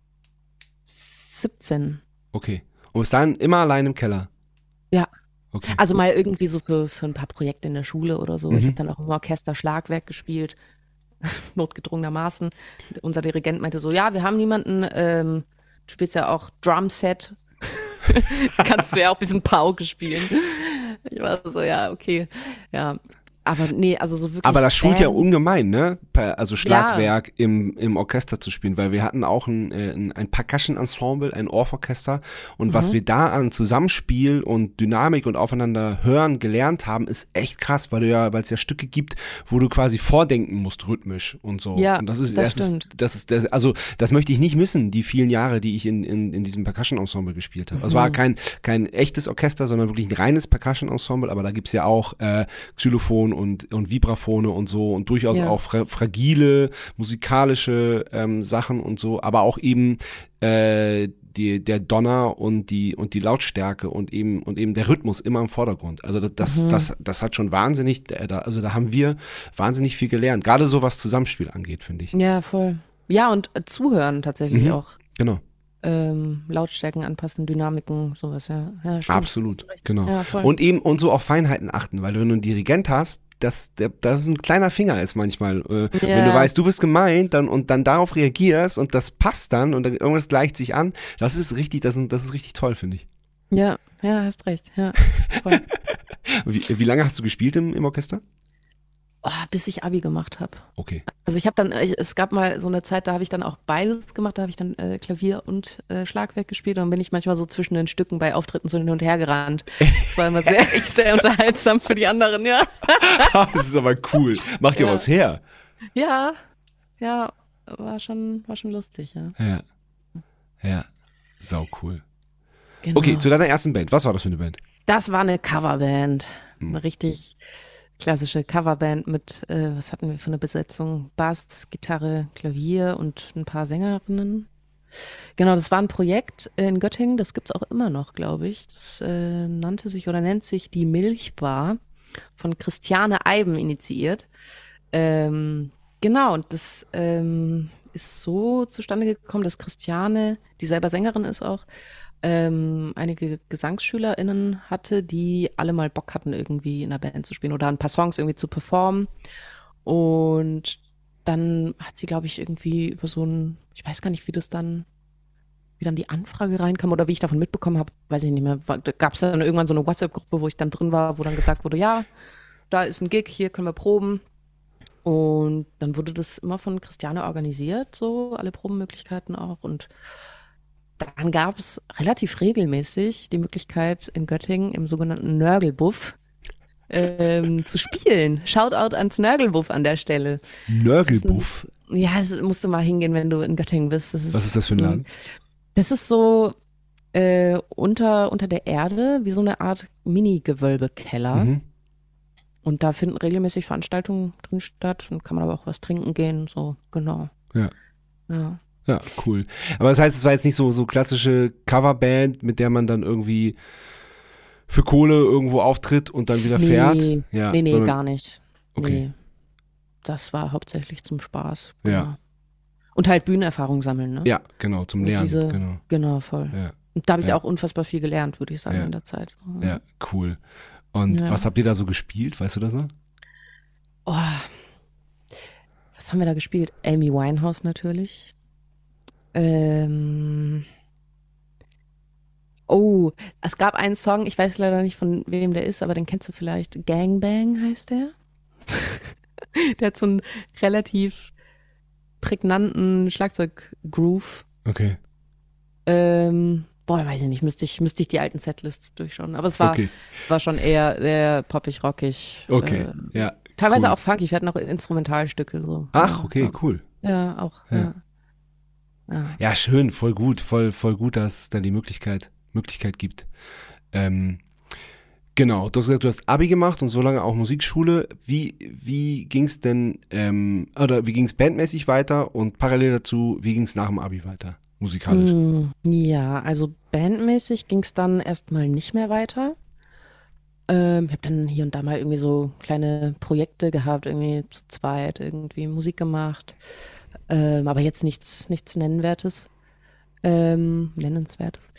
17. Okay. Und bis dahin immer allein im Keller? Ja. Okay. Also mal irgendwie so für ein paar Projekte in der Schule oder so. Ich habe dann auch im Orchester Schlagwerk gespielt. Notgedrungenermaßen. Unser Dirigent meinte so, ja, wir haben niemanden, du spielst ja auch Drumset. Kannst du ja auch ein bisschen Pauke spielen. Ich war so, ja, okay. Ja. Aber nee, also so wirklich. Aber das schult ja Band. ungemein, ne? Also Schlagwerk im Orchester zu spielen, weil wir hatten auch ein Percussion-Ensemble, ein Orff-Orchester, und was wir da an Zusammenspiel und Dynamik und aufeinander hören gelernt haben, ist echt krass, weil es ja Stücke gibt, wo du quasi vordenken musst, rhythmisch und so. Ja, und das stimmt. also das möchte ich nicht missen, die vielen Jahre, die ich in diesem Percussion-Ensemble gespielt habe. Es war kein echtes Orchester, sondern wirklich ein reines Percussion-Ensemble, aber da gibt's ja auch Xylophon und Vibraphone und so und durchaus auch fragile musikalische Sachen und so, aber auch eben der Donner und die Lautstärke und eben der Rhythmus immer im Vordergrund. Also das hat schon wahnsinnig, da haben wir wahnsinnig viel gelernt, gerade so was Zusammenspiel angeht, finde ich. Ja, voll. Ja, und zuhören tatsächlich auch. Genau. Lautstärken anpassen, Dynamiken, sowas, ja. Ja, stimmt. Absolut, genau. Ja, voll. Und so auf Feinheiten achten, weil wenn du einen Dirigent hast, das ein kleiner Finger ist manchmal. Wenn du weißt, du bist gemeint und dann darauf reagierst und das passt dann und dann irgendwas gleicht sich an, das ist richtig toll, finde ich. Ja, hast recht, ja. Voll. Wie lange hast du gespielt im Orchester? Bis ich Abi gemacht habe. Okay. Also ich habe dann, es gab mal so eine Zeit, da habe ich dann auch beides gemacht, da habe ich dann Klavier und Schlagwerk gespielt und dann bin ich manchmal so zwischen den Stücken bei Auftritten so hin und her gerannt. Das war immer sehr unterhaltsam für die anderen, ja. Das ist aber cool. Macht ihr was her? Ja, war schon lustig, ja. Ja. Sau cool. Genau. Okay, zu deiner ersten Band. Was war das für eine Band? Das war eine Coverband. Eine richtig klassische Coverband mit, was hatten wir für eine Besetzung? Bass, Gitarre, Klavier und ein paar Sängerinnen. Genau, das war ein Projekt in Göttingen, das gibt es auch immer noch, glaube ich. Das nennt sich die Milchbar, von Christiane Eiben initiiert. Genau, und das ist so zustande gekommen, dass Christiane, die selber Sängerin ist auch, einige GesangsschülerInnen hatte, die alle mal Bock hatten, irgendwie in einer Band zu spielen oder ein paar Songs irgendwie zu performen. Und dann hat sie, glaube ich, irgendwie über so ein, ich weiß gar nicht, wie dann die Anfrage reinkam oder wie ich davon mitbekommen habe, weiß ich nicht mehr. Gab es dann irgendwann so eine WhatsApp-Gruppe, wo ich dann drin war, wo dann gesagt wurde, ja, da ist ein Gig, hier können wir proben. Und dann wurde das immer von Christiane organisiert, so alle Probenmöglichkeiten auch. Und dann gab es relativ regelmäßig die Möglichkeit in Göttingen im sogenannten Nörgelbuff zu spielen. Shoutout ans Nörgelbuff an der Stelle. Nörgelbuff? Ja, das musst du mal hingehen, wenn du in Göttingen bist. Was ist das für ein Laden? Das ist so unter der Erde, wie so eine Art Mini-Gewölbekeller. Mhm. Und da finden regelmäßig Veranstaltungen drin statt. Und kann man aber auch was trinken gehen, so, genau. Ja. Ja. Ja, cool. Aber das heißt, es war jetzt nicht so klassische Coverband, mit der man dann irgendwie für Kohle irgendwo auftritt und dann wieder fährt? Ja, Nee, sondern, gar nicht. Okay. Nee. Das war hauptsächlich zum Spaß. Genau. Ja. Und halt Bühnenerfahrung sammeln, ne? Ja, genau, zum Und Lernen. Genau, voll. Ja. Und da habe ich Ja. auch unfassbar viel gelernt, würde ich sagen, Ja. in der Zeit. Ja, cool. Und Ja. was habt ihr da so gespielt? Weißt du das noch? Oh, was haben wir da gespielt? Amy Winehouse natürlich. Oh, es gab einen Song, ich weiß leider nicht, von wem der ist, aber den kennst du vielleicht. Gangbang heißt der. Der hat so einen relativ prägnanten Schlagzeug-Groove. Okay. Weiß ich nicht, müsste ich die alten Setlists durchschauen. Aber es war schon eher sehr poppig, rockig. Okay, ja. Teilweise cool. auch funky. Wir hatten auch Instrumentalstücke. So. Ach, okay, ja. cool. Ja, auch. Ja. Ja. Ja, schön, voll gut, voll gut, dass es dann die Möglichkeit gibt. Genau, du hast gesagt, du hast Abi gemacht und so lange auch Musikschule. Wie ging es denn, oder wie ging es bandmäßig weiter und parallel dazu, wie ging es nach dem Abi weiter, musikalisch? Ja, also bandmäßig ging es dann erstmal nicht mehr weiter. Ich habe dann hier und da mal irgendwie so kleine Projekte gehabt, irgendwie zu zweit irgendwie Musik gemacht. Aber jetzt nichts Nennenswertes. Nennenswertes.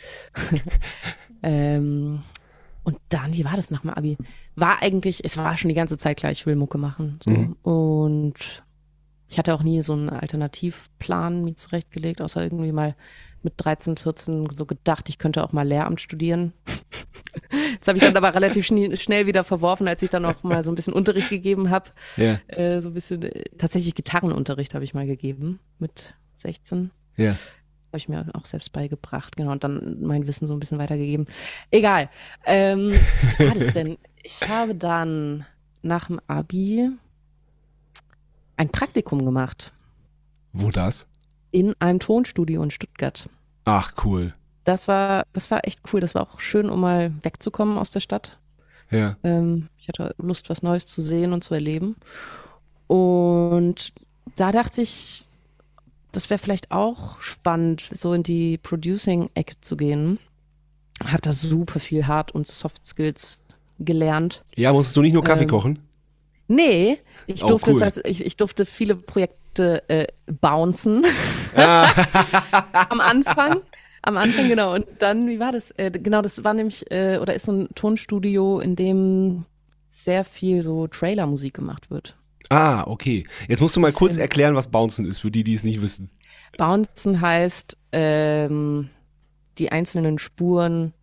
Und dann, wie war das nach dem Abi? Es war schon die ganze Zeit klar, ich will Mucke machen. So. Und ich hatte auch nie so einen Alternativplan mir zurechtgelegt, außer irgendwie mal mit 13, 14 so gedacht, ich könnte auch mal Lehramt studieren. Das habe ich dann aber relativ schnell wieder verworfen, als ich dann auch mal so ein bisschen Unterricht gegeben habe. Ja. So ein bisschen, tatsächlich Gitarrenunterricht habe ich mal gegeben mit 16. Ja. Habe ich mir auch selbst beigebracht, genau, und dann mein Wissen so ein bisschen weitergegeben. Egal. Was war das denn? Ich habe dann nach dem Abi ein Praktikum gemacht. Wo das? In einem Tonstudio in Stuttgart. Ach, cool. Das war echt cool. Das war auch schön, um mal wegzukommen aus der Stadt. Ja. Ich hatte Lust, was Neues zu sehen und zu erleben. Und da dachte ich, das wäre vielleicht auch spannend, so in die Producing-Ecke zu gehen. Habe da super viel Hard- und Soft-Skills gelernt. Ja, musstest du nicht nur Kaffee kochen? Nee, ich Oh, durfte, cool. ich durfte viele Projekte bouncen. Am Anfang, genau. Und dann, wie war das? Genau, das war nämlich, oder ist so ein Tonstudio, in dem sehr viel so Trailer-Musik gemacht wird. Ah, okay. Jetzt musst du mal kurz erklären, was Bouncen ist, für die es nicht wissen. Bouncen heißt, die einzelnen Spuren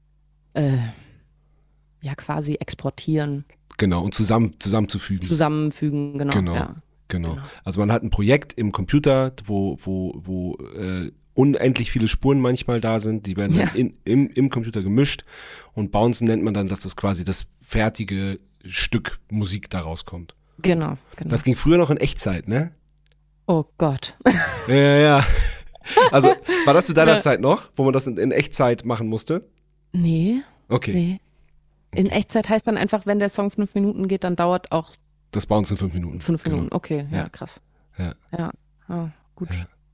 ja quasi exportieren. Genau, und zusammenzufügen. Zusammenfügen, genau. Genau. Ja. Genau. Also man hat ein Projekt im Computer, wo unendlich viele Spuren manchmal da sind, die werden dann im Computer gemischt und Bouncen nennt man dann, dass das quasi das fertige Stück Musik daraus kommt. Genau. Das ging früher noch in Echtzeit, ne? Oh Gott. Ja. Also war das zu deiner Zeit noch, wo man das in Echtzeit machen musste? Nee. Okay. Nee. In Echtzeit heißt dann einfach, wenn der Song 5 Minuten geht, dann dauert auch das Bouncen 5 Minuten. 5 Minuten, Genau. okay, ja, Ja. krass. Ja. Gut.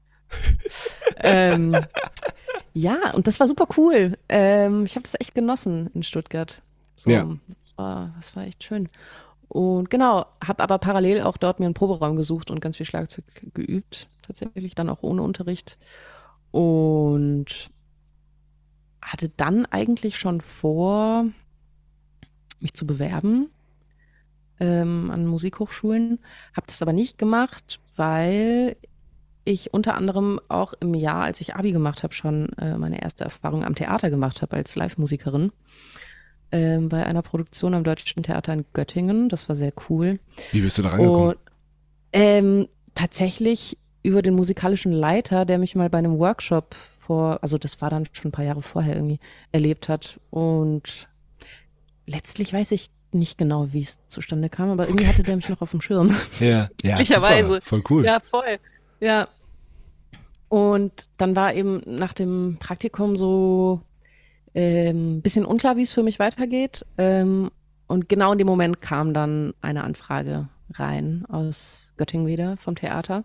Ja, und das war super cool. Ich habe das echt genossen in Stuttgart. So, Ja. das war echt schön. Und genau, habe aber parallel auch dort mir einen Proberaum gesucht und ganz viel Schlagzeug geübt, tatsächlich dann auch ohne Unterricht. Und hatte dann eigentlich schon vor, mich zu bewerben an Musikhochschulen, habe das aber nicht gemacht, weil ich unter anderem auch im Jahr, als ich Abi gemacht habe, schon meine erste Erfahrung am Theater gemacht habe als Live-Musikerin bei einer Produktion am Deutschen Theater in Göttingen. Das war sehr cool. Wie bist du da rangekommen? Und, tatsächlich über den musikalischen Leiter, der mich mal bei einem Workshop also das war dann schon ein paar Jahre vorher irgendwie, erlebt hat. Und letztlich weiß ich nicht genau, wie es zustande kam, aber irgendwie hatte der mich noch auf dem Schirm. Ja, Ehrlicherweise. Super, voll cool. Ja, voll. Ja. Und dann war eben nach dem Praktikum so bisschen unklar, wie es für mich weitergeht. Und genau in dem Moment kam dann eine Anfrage rein aus Göttingen wieder vom Theater.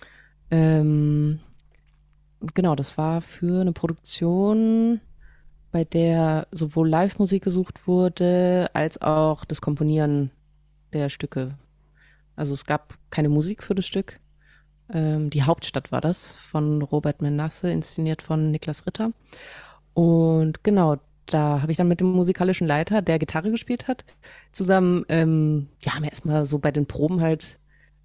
Genau, das war für eine Produktion, bei der sowohl Live-Musik gesucht wurde, als auch das Komponieren der Stücke. Also es gab keine Musik für das Stück. Die Hauptstadt war das, von Robert Menasse, inszeniert von Niklas Ritter. Und genau, da habe ich dann mit dem musikalischen Leiter, der Gitarre gespielt hat, zusammen, haben wir erstmal so bei den Proben halt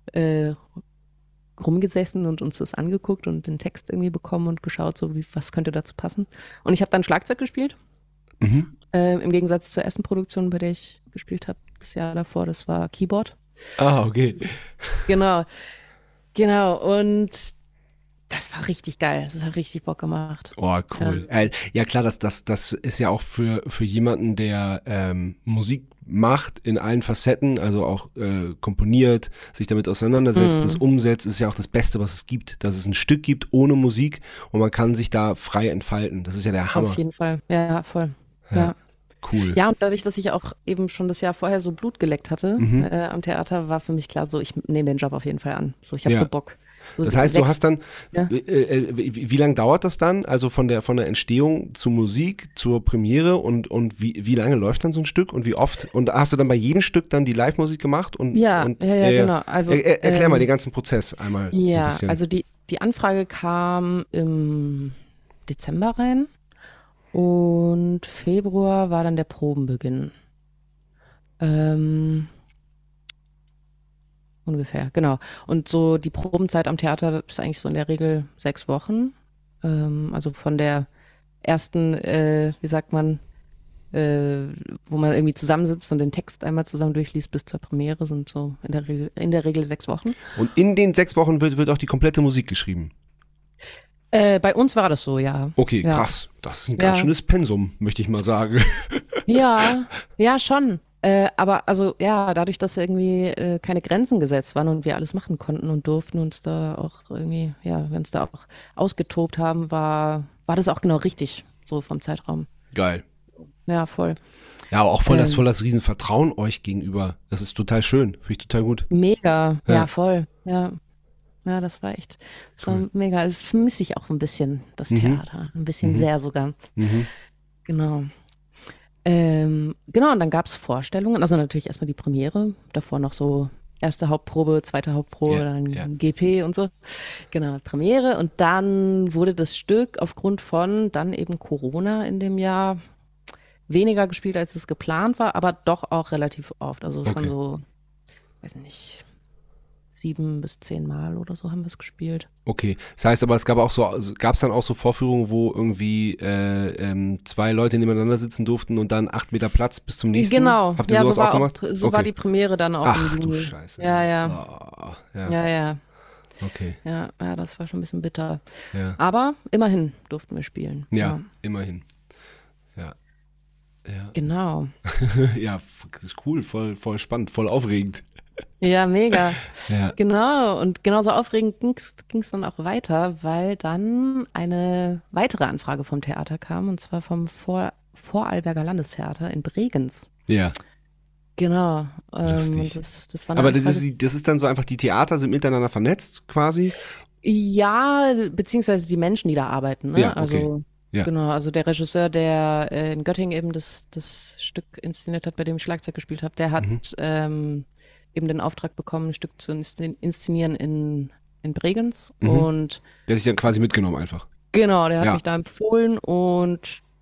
rumgesessen und uns das angeguckt und den Text irgendwie bekommen und geschaut, so was könnte dazu passen. Und ich habe dann Schlagzeug gespielt. Im Gegensatz zur ersten Produktion, bei der ich gespielt habe, das Jahr davor, das war Keyboard. Ah, okay. Genau, und das war richtig geil. Das hat richtig Bock gemacht. Oh, cool. Ja klar, das ist ja auch für jemanden, der Musik macht in allen Facetten, also auch komponiert, sich damit auseinandersetzt, das umsetzt, ist ja auch das Beste, was es gibt. Dass es ein Stück gibt ohne Musik und man kann sich da frei entfalten. Das ist ja der Hammer. Auf jeden Fall. Ja, voll. Ja. Cool. Ja, und dadurch, dass ich auch eben schon das Jahr vorher so Blut geleckt hatte am Theater, war für mich klar, so ich nehme den Job auf jeden Fall an. So, ich habe so Bock. So das heißt, du hast dann, ja. wie lange dauert das dann? Also von der Entstehung zur Musik, zur Premiere und wie lange läuft dann so ein Stück und wie oft? Und hast du dann bei jedem Stück dann die Live-Musik gemacht? Ja, genau. Also, erklär mal den ganzen Prozess einmal so ein bisschen. Also die Anfrage kam im Dezember rein und Februar war dann der Probenbeginn. Ungefähr, genau. Und so die Probenzeit am Theater ist eigentlich so in der Regel 6 Wochen. Also von der ersten, wie sagt man, wo man irgendwie zusammensitzt und den Text einmal zusammen durchliest bis zur Premiere, sind so in der Regel 6 Wochen. Und in den 6 Wochen wird auch die komplette Musik geschrieben? Bei uns war das so, ja. Okay, ja. Krass. Das ist ein ganz schönes Pensum, möchte ich mal sagen. Ja, schon. Aber also ja, dadurch, dass irgendwie keine Grenzen gesetzt waren und wir alles machen konnten und durften uns da auch irgendwie, ja, wir uns da auch ausgetobt haben, war das auch genau richtig, so vom Zeitraum. Geil. Ja, voll. Ja, aber auch voll das Riesenvertrauen euch gegenüber. Das ist total schön, finde ich total gut. Mega, ja voll, ja. Ja, das war echt, war mega. Das vermisse ich auch ein bisschen, das Theater. Ein bisschen sehr sogar. Genau. Genau, und dann gab es Vorstellungen, also natürlich erstmal die Premiere, davor noch so erste Hauptprobe, zweite Hauptprobe, dann GP und so. Genau, Premiere und dann wurde das Stück aufgrund von dann eben Corona in dem Jahr weniger gespielt, als es geplant war, aber doch auch relativ oft, also schon so, weiß nicht, 7 bis 10 Mal oder so haben wir es gespielt. Okay, das heißt aber, gab es dann auch so Vorführungen, wo irgendwie 2 Leute nebeneinander sitzen durften und dann 8 Meter Platz bis zum nächsten? Genau. Habt ihr sowas auch gemacht? So war die Premiere dann auch im Juni. Du Scheiße. Ja. Ja. Okay. Ja, das war schon ein bisschen bitter. Ja. Aber immerhin durften wir spielen. Ja, immerhin. Ja. Genau. Ja, das ist cool, voll spannend, voll aufregend. Ja, mega. Ja. Genau. Und genauso aufregend ging es dann auch weiter, weil dann eine weitere Anfrage vom Theater kam, und zwar vom Vorarlberger Landestheater in Bregenz. Ja. Genau. Lustig. Das war aber das ist dann so einfach, die Theater sind miteinander vernetzt quasi? Ja, beziehungsweise die Menschen, die da arbeiten. Ne? Ja, okay. Also, ja. Genau, also der Regisseur, der in Göttingen eben das Stück inszeniert hat, bei dem ich Schlagzeug gespielt habe, der hat eben den Auftrag bekommen, ein Stück zu inszenieren in Bregenz. Und der hat sich dann quasi mitgenommen einfach. genau, der hat mich da empfohlen und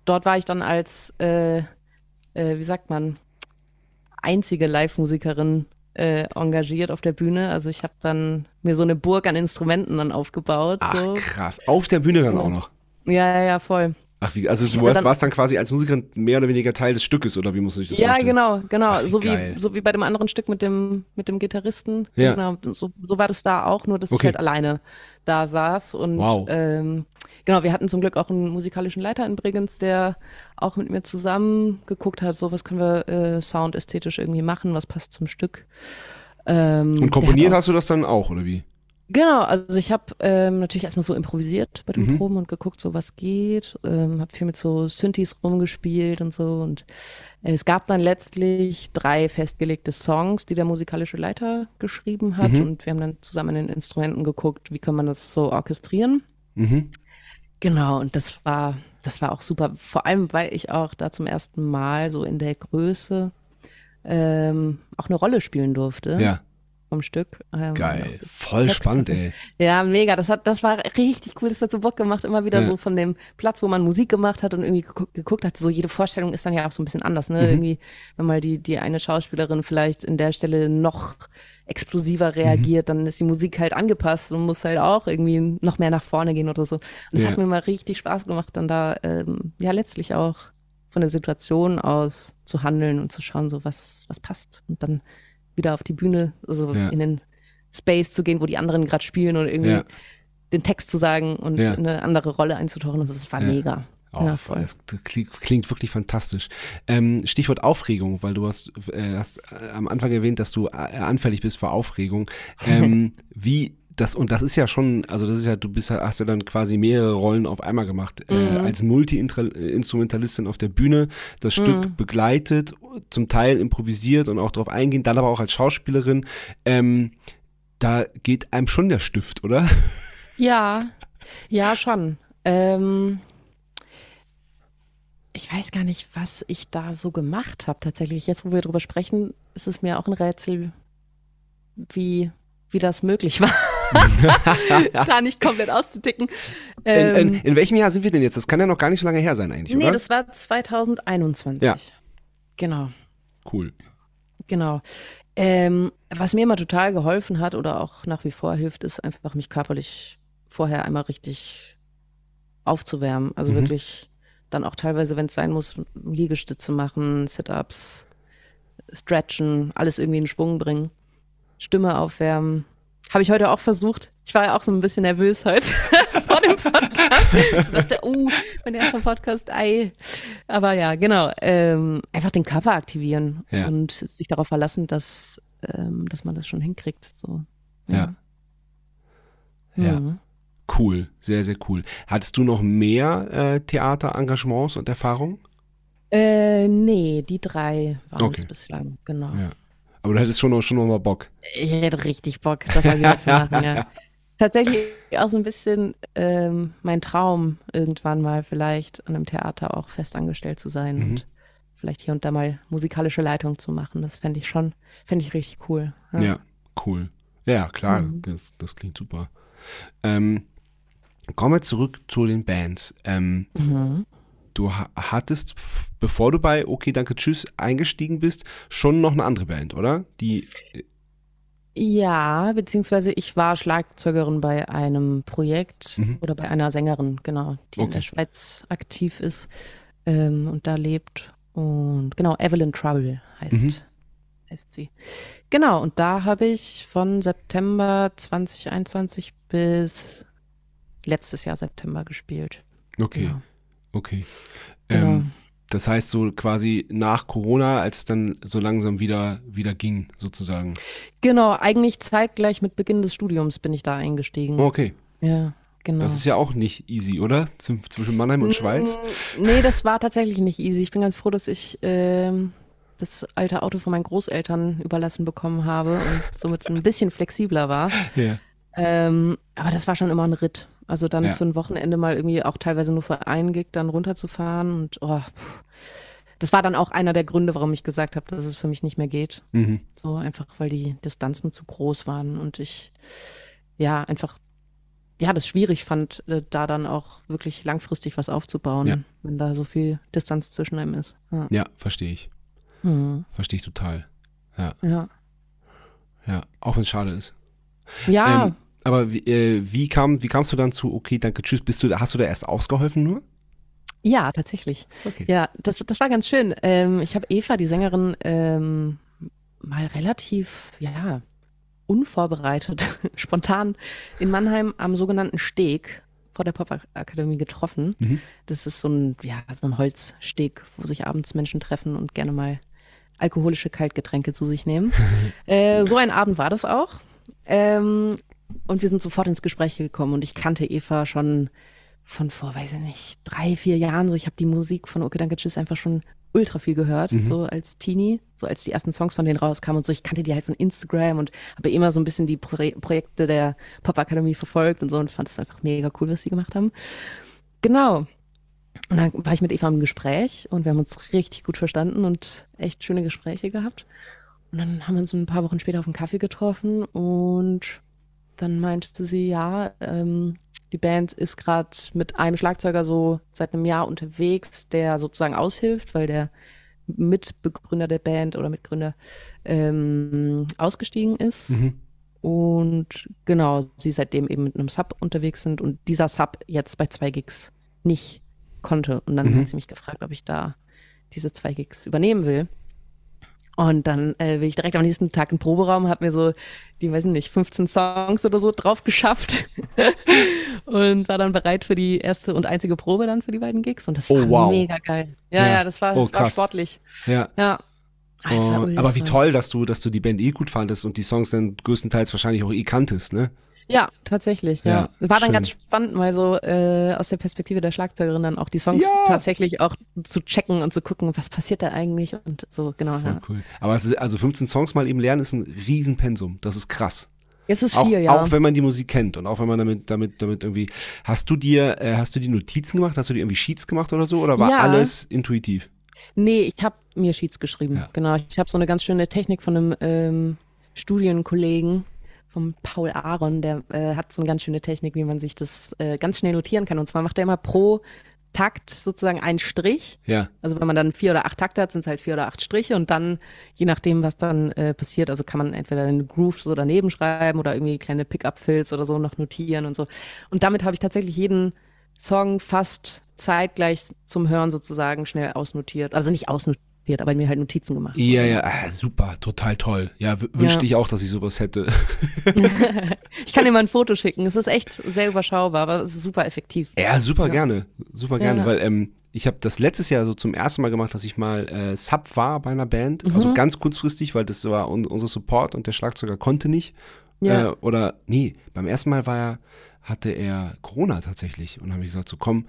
dort war ich dann als, wie sagt man, einzige Live-Musikerin engagiert auf der Bühne. Also ich habe dann mir so eine Burg an Instrumenten dann aufgebaut. Ach, so. krass. Auf der Bühne dann auch noch? Ja, voll. Ach, also du warst dann quasi als Musikerin mehr oder weniger Teil des Stückes, oder wie muss ich das vorstellen? Ja, genau. Ach, so wie bei dem anderen Stück mit dem Gitarristen. Ja. Genau, so war das da auch, nur dass ich halt alleine da saß. Und wow. Genau, wir hatten zum Glück auch einen musikalischen Leiter in Bregenz, der auch mit mir zusammen geguckt hat, so was können wir soundästhetisch irgendwie machen, was passt zum Stück. Und komponiert hast du das dann auch, oder wie? Genau, also ich habe natürlich erstmal so improvisiert bei den Proben und geguckt, so was geht. Habe viel mit so Synthes rumgespielt und so. Und es gab dann letztlich 3 festgelegte Songs, die der musikalische Leiter geschrieben hat. Und wir haben dann zusammen in den Instrumenten geguckt, wie kann man das so orchestrieren. Genau, und das war auch super. Vor allem, weil ich auch da zum ersten Mal so in der Größe auch eine Rolle spielen durfte. Ja. Vom Stück. Geil, voll spannend, ey. Ja, mega. Das war richtig cool. Das hat so Bock gemacht, immer wieder so von dem Platz, wo man Musik gemacht hat und irgendwie geguckt hat. So jede Vorstellung ist dann ja auch so ein bisschen anders, ne? Irgendwie, wenn mal die eine Schauspielerin vielleicht in der Stelle noch explosiver reagiert, dann ist die Musik halt angepasst und muss halt auch irgendwie noch mehr nach vorne gehen oder so. Und das hat mir mal richtig Spaß gemacht, dann da letztlich auch von der Situation aus zu handeln und zu schauen, so was passt. Und dann wieder auf die Bühne, also in den Space zu gehen, wo die anderen gerade spielen und irgendwie den Text zu sagen und in eine andere Rolle einzutauchen. Das war mega. Oh, voll. Das klingt wirklich fantastisch. Stichwort Aufregung, weil du hast am Anfang erwähnt, dass du anfällig bist vor Aufregung. Das ist ja schon, also das ist ja, hast ja dann quasi mehrere Rollen auf einmal gemacht. Als Multi-Instrumentalistin auf der Bühne, das Stück begleitet, zum Teil improvisiert und auch drauf eingehen, dann aber auch als Schauspielerin. Da geht einem schon der Stift, oder? Ja, schon. Ich weiß gar nicht, was ich da so gemacht habe tatsächlich. Jetzt, wo wir drüber sprechen, ist es mir auch ein Rätsel, wie das möglich war. Da nicht komplett auszuticken. In welchem Jahr sind wir denn jetzt? Das kann ja noch gar nicht so lange her sein eigentlich, oder? Nee, das war 2021. Ja. Genau. Cool. Genau. Was mir immer total geholfen hat oder auch nach wie vor hilft, ist einfach mich körperlich vorher einmal richtig aufzuwärmen. Also wirklich dann auch teilweise, wenn es sein muss, Liegestütze machen, Sit-Ups, Stretchen, alles irgendwie in Schwung bringen. Stimme aufwärmen. Habe ich heute auch versucht. Ich war ja auch so ein bisschen nervös heute vor dem Podcast. Ich dachte, mein erster Podcast, Aber ja, genau. Einfach den Körper aktivieren und sich darauf verlassen, dass man das schon hinkriegt. So. Ja. Cool, sehr, sehr cool. Hattest du noch mehr Theaterengagements und Erfahrungen? Nee, die 3 waren es bislang, genau. Ja. Aber du hättest schon noch mal Bock. Ich hätte richtig Bock, das mal wieder zu machen, ja. Tatsächlich auch so ein bisschen mein Traum, irgendwann mal vielleicht an einem Theater auch festangestellt zu sein und vielleicht hier und da mal musikalische Leitung zu machen. Das fände ich richtig cool. Ja, cool. Ja, klar, das klingt super. Kommen wir zurück zu den Bands. Du hattest, bevor du bei Okay, danke, tschüss eingestiegen bist, schon noch eine andere Band, oder? Ja, beziehungsweise ich war Schlagzeugerin bei einem Projekt oder bei einer Sängerin, genau, die in der Schweiz aktiv ist und da lebt. Und genau, Evelyn Trouble heißt sie. Genau, und da habe ich von September 2021 bis letztes Jahr September gespielt. Okay. Genau. Okay. Genau. Das heißt so quasi nach Corona, als es dann so langsam wieder ging, sozusagen. Genau, eigentlich zeitgleich mit Beginn des Studiums bin ich da eingestiegen. Okay. Ja, genau. Das ist ja auch nicht easy, oder? Zwischen Mannheim und Schweiz? Nee, das war tatsächlich nicht easy. Ich bin ganz froh, dass ich das alte Auto von meinen Großeltern überlassen bekommen habe und somit ein bisschen flexibler war. Ja. Aber das war schon immer ein Ritt. Also dann für ein Wochenende mal irgendwie auch teilweise nur für einen Gig dann runterzufahren und das war dann auch einer der Gründe, warum ich gesagt habe, dass es für mich nicht mehr geht. So einfach, weil die Distanzen zu groß waren und ich einfach ja, das schwierig fand, da dann auch wirklich langfristig was aufzubauen, wenn da so viel Distanz zwischen einem ist. Ja, verstehe ich. Verstehe ich total. Ja. Ja, auch wenn es schade ist. Ja. Aber wie kamst du dann zu Okay, danke, tschüss? Hast du da erst ausgeholfen nur? Ja, tatsächlich. Okay. Ja, das war ganz schön. Ich habe Eva, die Sängerin, mal relativ, unvorbereitet, spontan in Mannheim am sogenannten Steg vor der Popakademie getroffen. Das ist so ein Holzsteg, wo sich abends Menschen treffen und gerne mal alkoholische Kaltgetränke zu sich nehmen. So ein Abend war das auch. Und wir sind sofort ins Gespräch gekommen und ich kannte Eva schon von vor, 3-4 Jahren. So, ich habe die Musik von Okay, danke, tschüss einfach schon ultra viel gehört, so als Teenie, so als die ersten Songs von denen rauskamen und so. Ich kannte die halt von Instagram und habe immer so ein bisschen die Projekte der Popakademie verfolgt und so und fand es einfach mega cool, was sie gemacht haben. Genau. Und dann war ich mit Eva im Gespräch und wir haben uns richtig gut verstanden und echt schöne Gespräche gehabt. Und dann haben wir uns ein paar Wochen später auf einen Kaffee getroffen und dann meinte sie, die Band ist gerade mit einem Schlagzeuger so seit einem Jahr unterwegs, der sozusagen aushilft, weil der Mitbegründer der Band oder Mitgründer ausgestiegen ist. Und genau, sie seitdem eben mit einem Sub unterwegs sind und dieser Sub jetzt bei 2 Gigs nicht konnte. Und dann hat sie mich gefragt, ob ich da diese 2 Gigs übernehmen will. Und dann bin ich direkt am nächsten Tag im Proberaum, habe mir so die, 15 Songs oder so drauf geschafft und war dann bereit für die erste und einzige Probe dann für die beiden Gigs. Und das war mega geil. Ja, das war sportlich. Ja. War aber wie toll, dass du die Band gut fandest und die Songs dann größtenteils wahrscheinlich auch kanntest, ne? Ja, tatsächlich, ja. War dann ganz spannend, mal so aus der Perspektive der Schlagzeugerin dann auch die Songs tatsächlich auch zu checken und zu gucken, was passiert da eigentlich und so, genau. Voll cool. Aber es ist, also 15 Songs mal eben lernen ist ein Riesenpensum, das ist krass. Es ist viel, Auch wenn man die Musik kennt und auch wenn man damit irgendwie, hast du die Notizen gemacht, hast du dir irgendwie Sheets gemacht oder so oder war alles intuitiv? Nee, ich habe mir Sheets geschrieben, genau. Ich habe so eine ganz schöne Technik von einem Studienkollegen, vom Paul Aaron, der hat so eine ganz schöne Technik, wie man sich das ganz schnell notieren kann. Und zwar macht er immer pro Takt sozusagen einen Strich. Ja. Also wenn man dann 4 oder 8 Takte hat, sind es halt 4 oder 8 Striche und dann, je nachdem, was dann passiert, also kann man entweder einen Groove so daneben schreiben oder irgendwie kleine Pickup-Fills oder so noch notieren und so. Und damit habe ich tatsächlich jeden Song fast zeitgleich zum Hören sozusagen schnell ausnotiert. Also nicht ausnotiert, aber mir halt Notizen gemacht. Ja, super, total toll. Ja, wünschte ich auch, dass ich sowas hätte. Ich kann dir mal ein Foto schicken. Es ist echt sehr überschaubar, aber es ist super effektiv. Ja, super gerne, weil ich habe das letztes Jahr so zum ersten Mal gemacht, dass ich mal Sub war bei einer Band, also ganz kurzfristig, weil das war unser Support und der Schlagzeuger konnte nicht. Ja. Beim ersten Mal hatte er Corona tatsächlich und habe ich gesagt, so komm,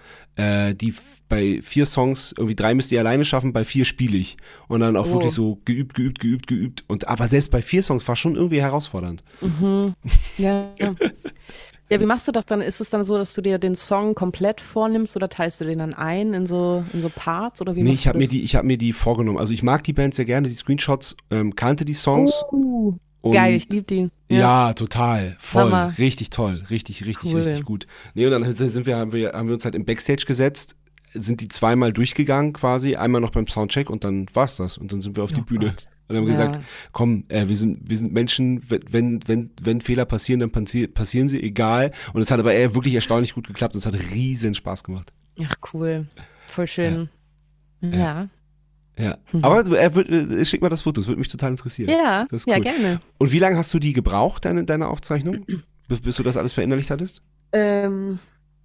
bei 4 Songs, irgendwie 3 müsst ihr alleine schaffen, bei 4 spiele ich. Und dann auch wirklich so geübt. Aber selbst bei 4 Songs war schon irgendwie herausfordernd. Ja. Ja, wie machst du das dann? Ist es dann so, dass du dir den Song komplett vornimmst oder teilst du den dann ein in so Parts? Oder wie ich habe mir die vorgenommen. Also ich mag die Band sehr gerne, die Screenshots, kannte die Songs. Geil, ich liebe die. Ja, total. Voll. Hammer. Richtig toll. Richtig gut. Nee, und dann haben wir uns halt im Backstage gesetzt, sind die 2-mal durchgegangen quasi, einmal noch beim Soundcheck und dann war's das. Und dann sind wir auf die Bühne. Gott. Und haben gesagt, komm, wir sind Menschen, wenn Fehler passieren, dann passieren sie, egal. Und es hat aber wirklich erstaunlich gut geklappt und es hat riesen Spaß gemacht. Ach, cool. Voll schön. Ja. Ja, aber schick mal das Foto, das würde mich total interessieren. Ja, das ist cool. Gerne. Und wie lange hast du die gebraucht, deine Aufzeichnung, bis du das alles verinnerlicht hattest? Die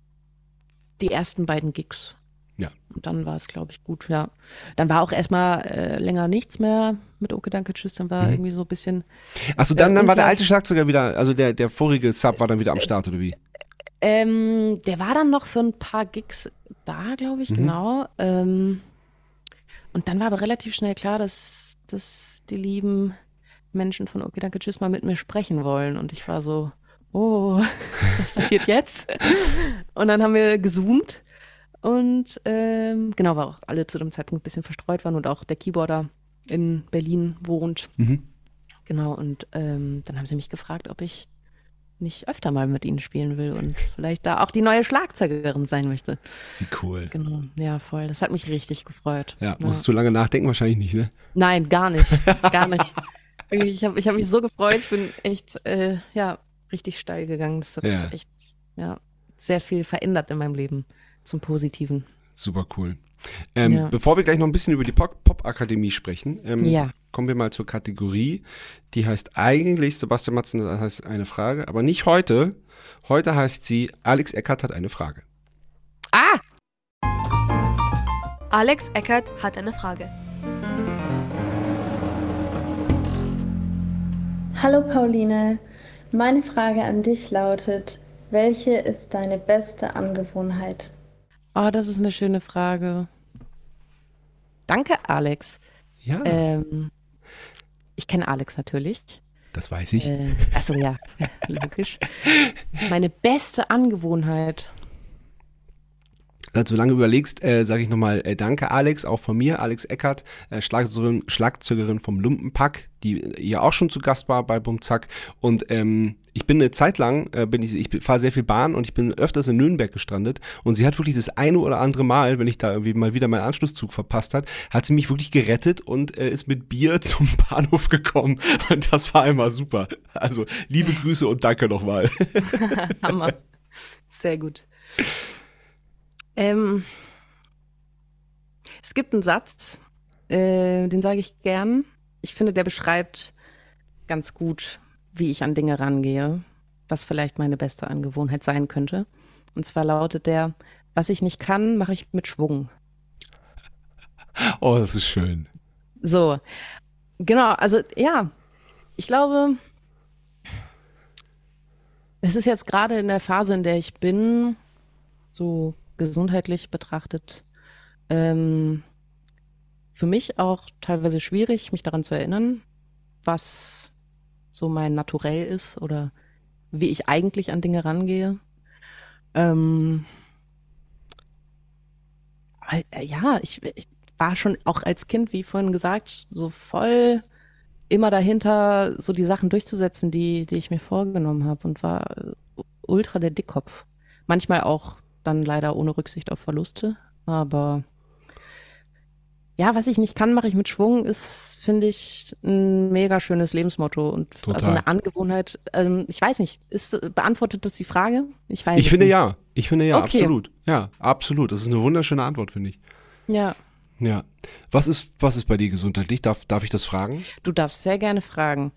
ersten beiden Gigs. Ja. Und dann war es, glaube ich, gut, ja. Dann war auch erstmal länger nichts mehr mit Okay, danke, tschüss, dann war irgendwie so ein bisschen Achso, dann war der alte Schlagzeuger wieder, also der vorige Sub war dann wieder am Start, oder wie? Der war dann noch für ein paar Gigs da, glaube ich, genau. Und dann war aber relativ schnell klar, dass die lieben Menschen von Okay, danke, tschüss mal mit mir sprechen wollen. Und ich war so, was passiert jetzt? Und dann haben wir gezoomt und genau, weil auch alle zu dem Zeitpunkt ein bisschen verstreut waren und auch der Keyboarder in Berlin wohnt. Genau, und dann haben sie mich gefragt, ob ich nicht öfter mal mit ihnen spielen will und vielleicht da auch die neue Schlagzeugerin sein möchte. Wie cool. Genau, ja, voll. Das hat mich richtig gefreut. Ja, musst du lange nachdenken? Wahrscheinlich nicht, ne? Nein, gar nicht. Gar nicht. Wirklich, ich hab mich so gefreut. Ich bin echt, richtig steil gegangen. Das hat echt, sehr viel verändert in meinem Leben zum Positiven. Super cool. Bevor wir gleich noch ein bisschen über die Pop-Akademie sprechen, kommen wir mal zur Kategorie. Die heißt eigentlich, Sebastian Matzen, das heißt eine Frage, aber nicht heute. Heute heißt sie, Alex Eckert hat eine Frage. Ah! Alex Eckert hat eine Frage. Hallo Pauline, meine Frage an dich lautet, welche ist deine beste Angewohnheit? Oh, das ist eine schöne Frage. Danke, Alex. Ja. Ich kenne Alex natürlich. Das weiß ich. Achso, ja, logisch. Meine beste Angewohnheit. Also, solange du überlegst, sage ich nochmal danke Alex, auch von mir, Alex Eckert, Schlagzeugerin vom Lumpenpack, die ja auch schon zu Gast war bei Bumzack. Und ich bin eine Zeit lang, ich fahre sehr viel Bahn und ich bin öfters in Nürnberg gestrandet und sie hat wirklich das eine oder andere Mal, wenn ich da irgendwie mal wieder meinen Anschlusszug verpasst hat sie mich wirklich gerettet und ist mit Bier zum Bahnhof gekommen und das war immer super. Also liebe Grüße und danke nochmal. Hammer. Sehr gut. Es gibt einen Satz, den sage ich gern. Ich finde, der beschreibt ganz gut, wie ich an Dinge rangehe, was vielleicht meine beste Angewohnheit sein könnte. Und zwar lautet der, was ich nicht kann, mache ich mit Schwung. Oh, das ist schön. So, genau, also ja, ich glaube, es ist jetzt gerade in der Phase, in der ich bin, so gesundheitlich betrachtet, für mich auch teilweise schwierig, mich daran zu erinnern, was so mein Naturell ist oder wie ich eigentlich an Dinge rangehe. Ich war schon auch als Kind, wie vorhin gesagt, so voll immer dahinter, so die Sachen durchzusetzen, die ich mir vorgenommen habe und war ultra der Dickkopf. Manchmal auch dann leider ohne Rücksicht auf Verluste, aber ja, was ich nicht kann, mache ich mit Schwung, ist, finde ich, ein mega schönes Lebensmotto und Total. Also eine Angewohnheit. Ich weiß nicht, beantwortet das die Frage? Ich finde nicht. ja, okay. Absolut. Ja, absolut. Das ist eine wunderschöne Antwort, finde ich. Ja. Ja. Was ist bei dir gesundheitlich? Darf ich das fragen? Du darfst sehr gerne fragen.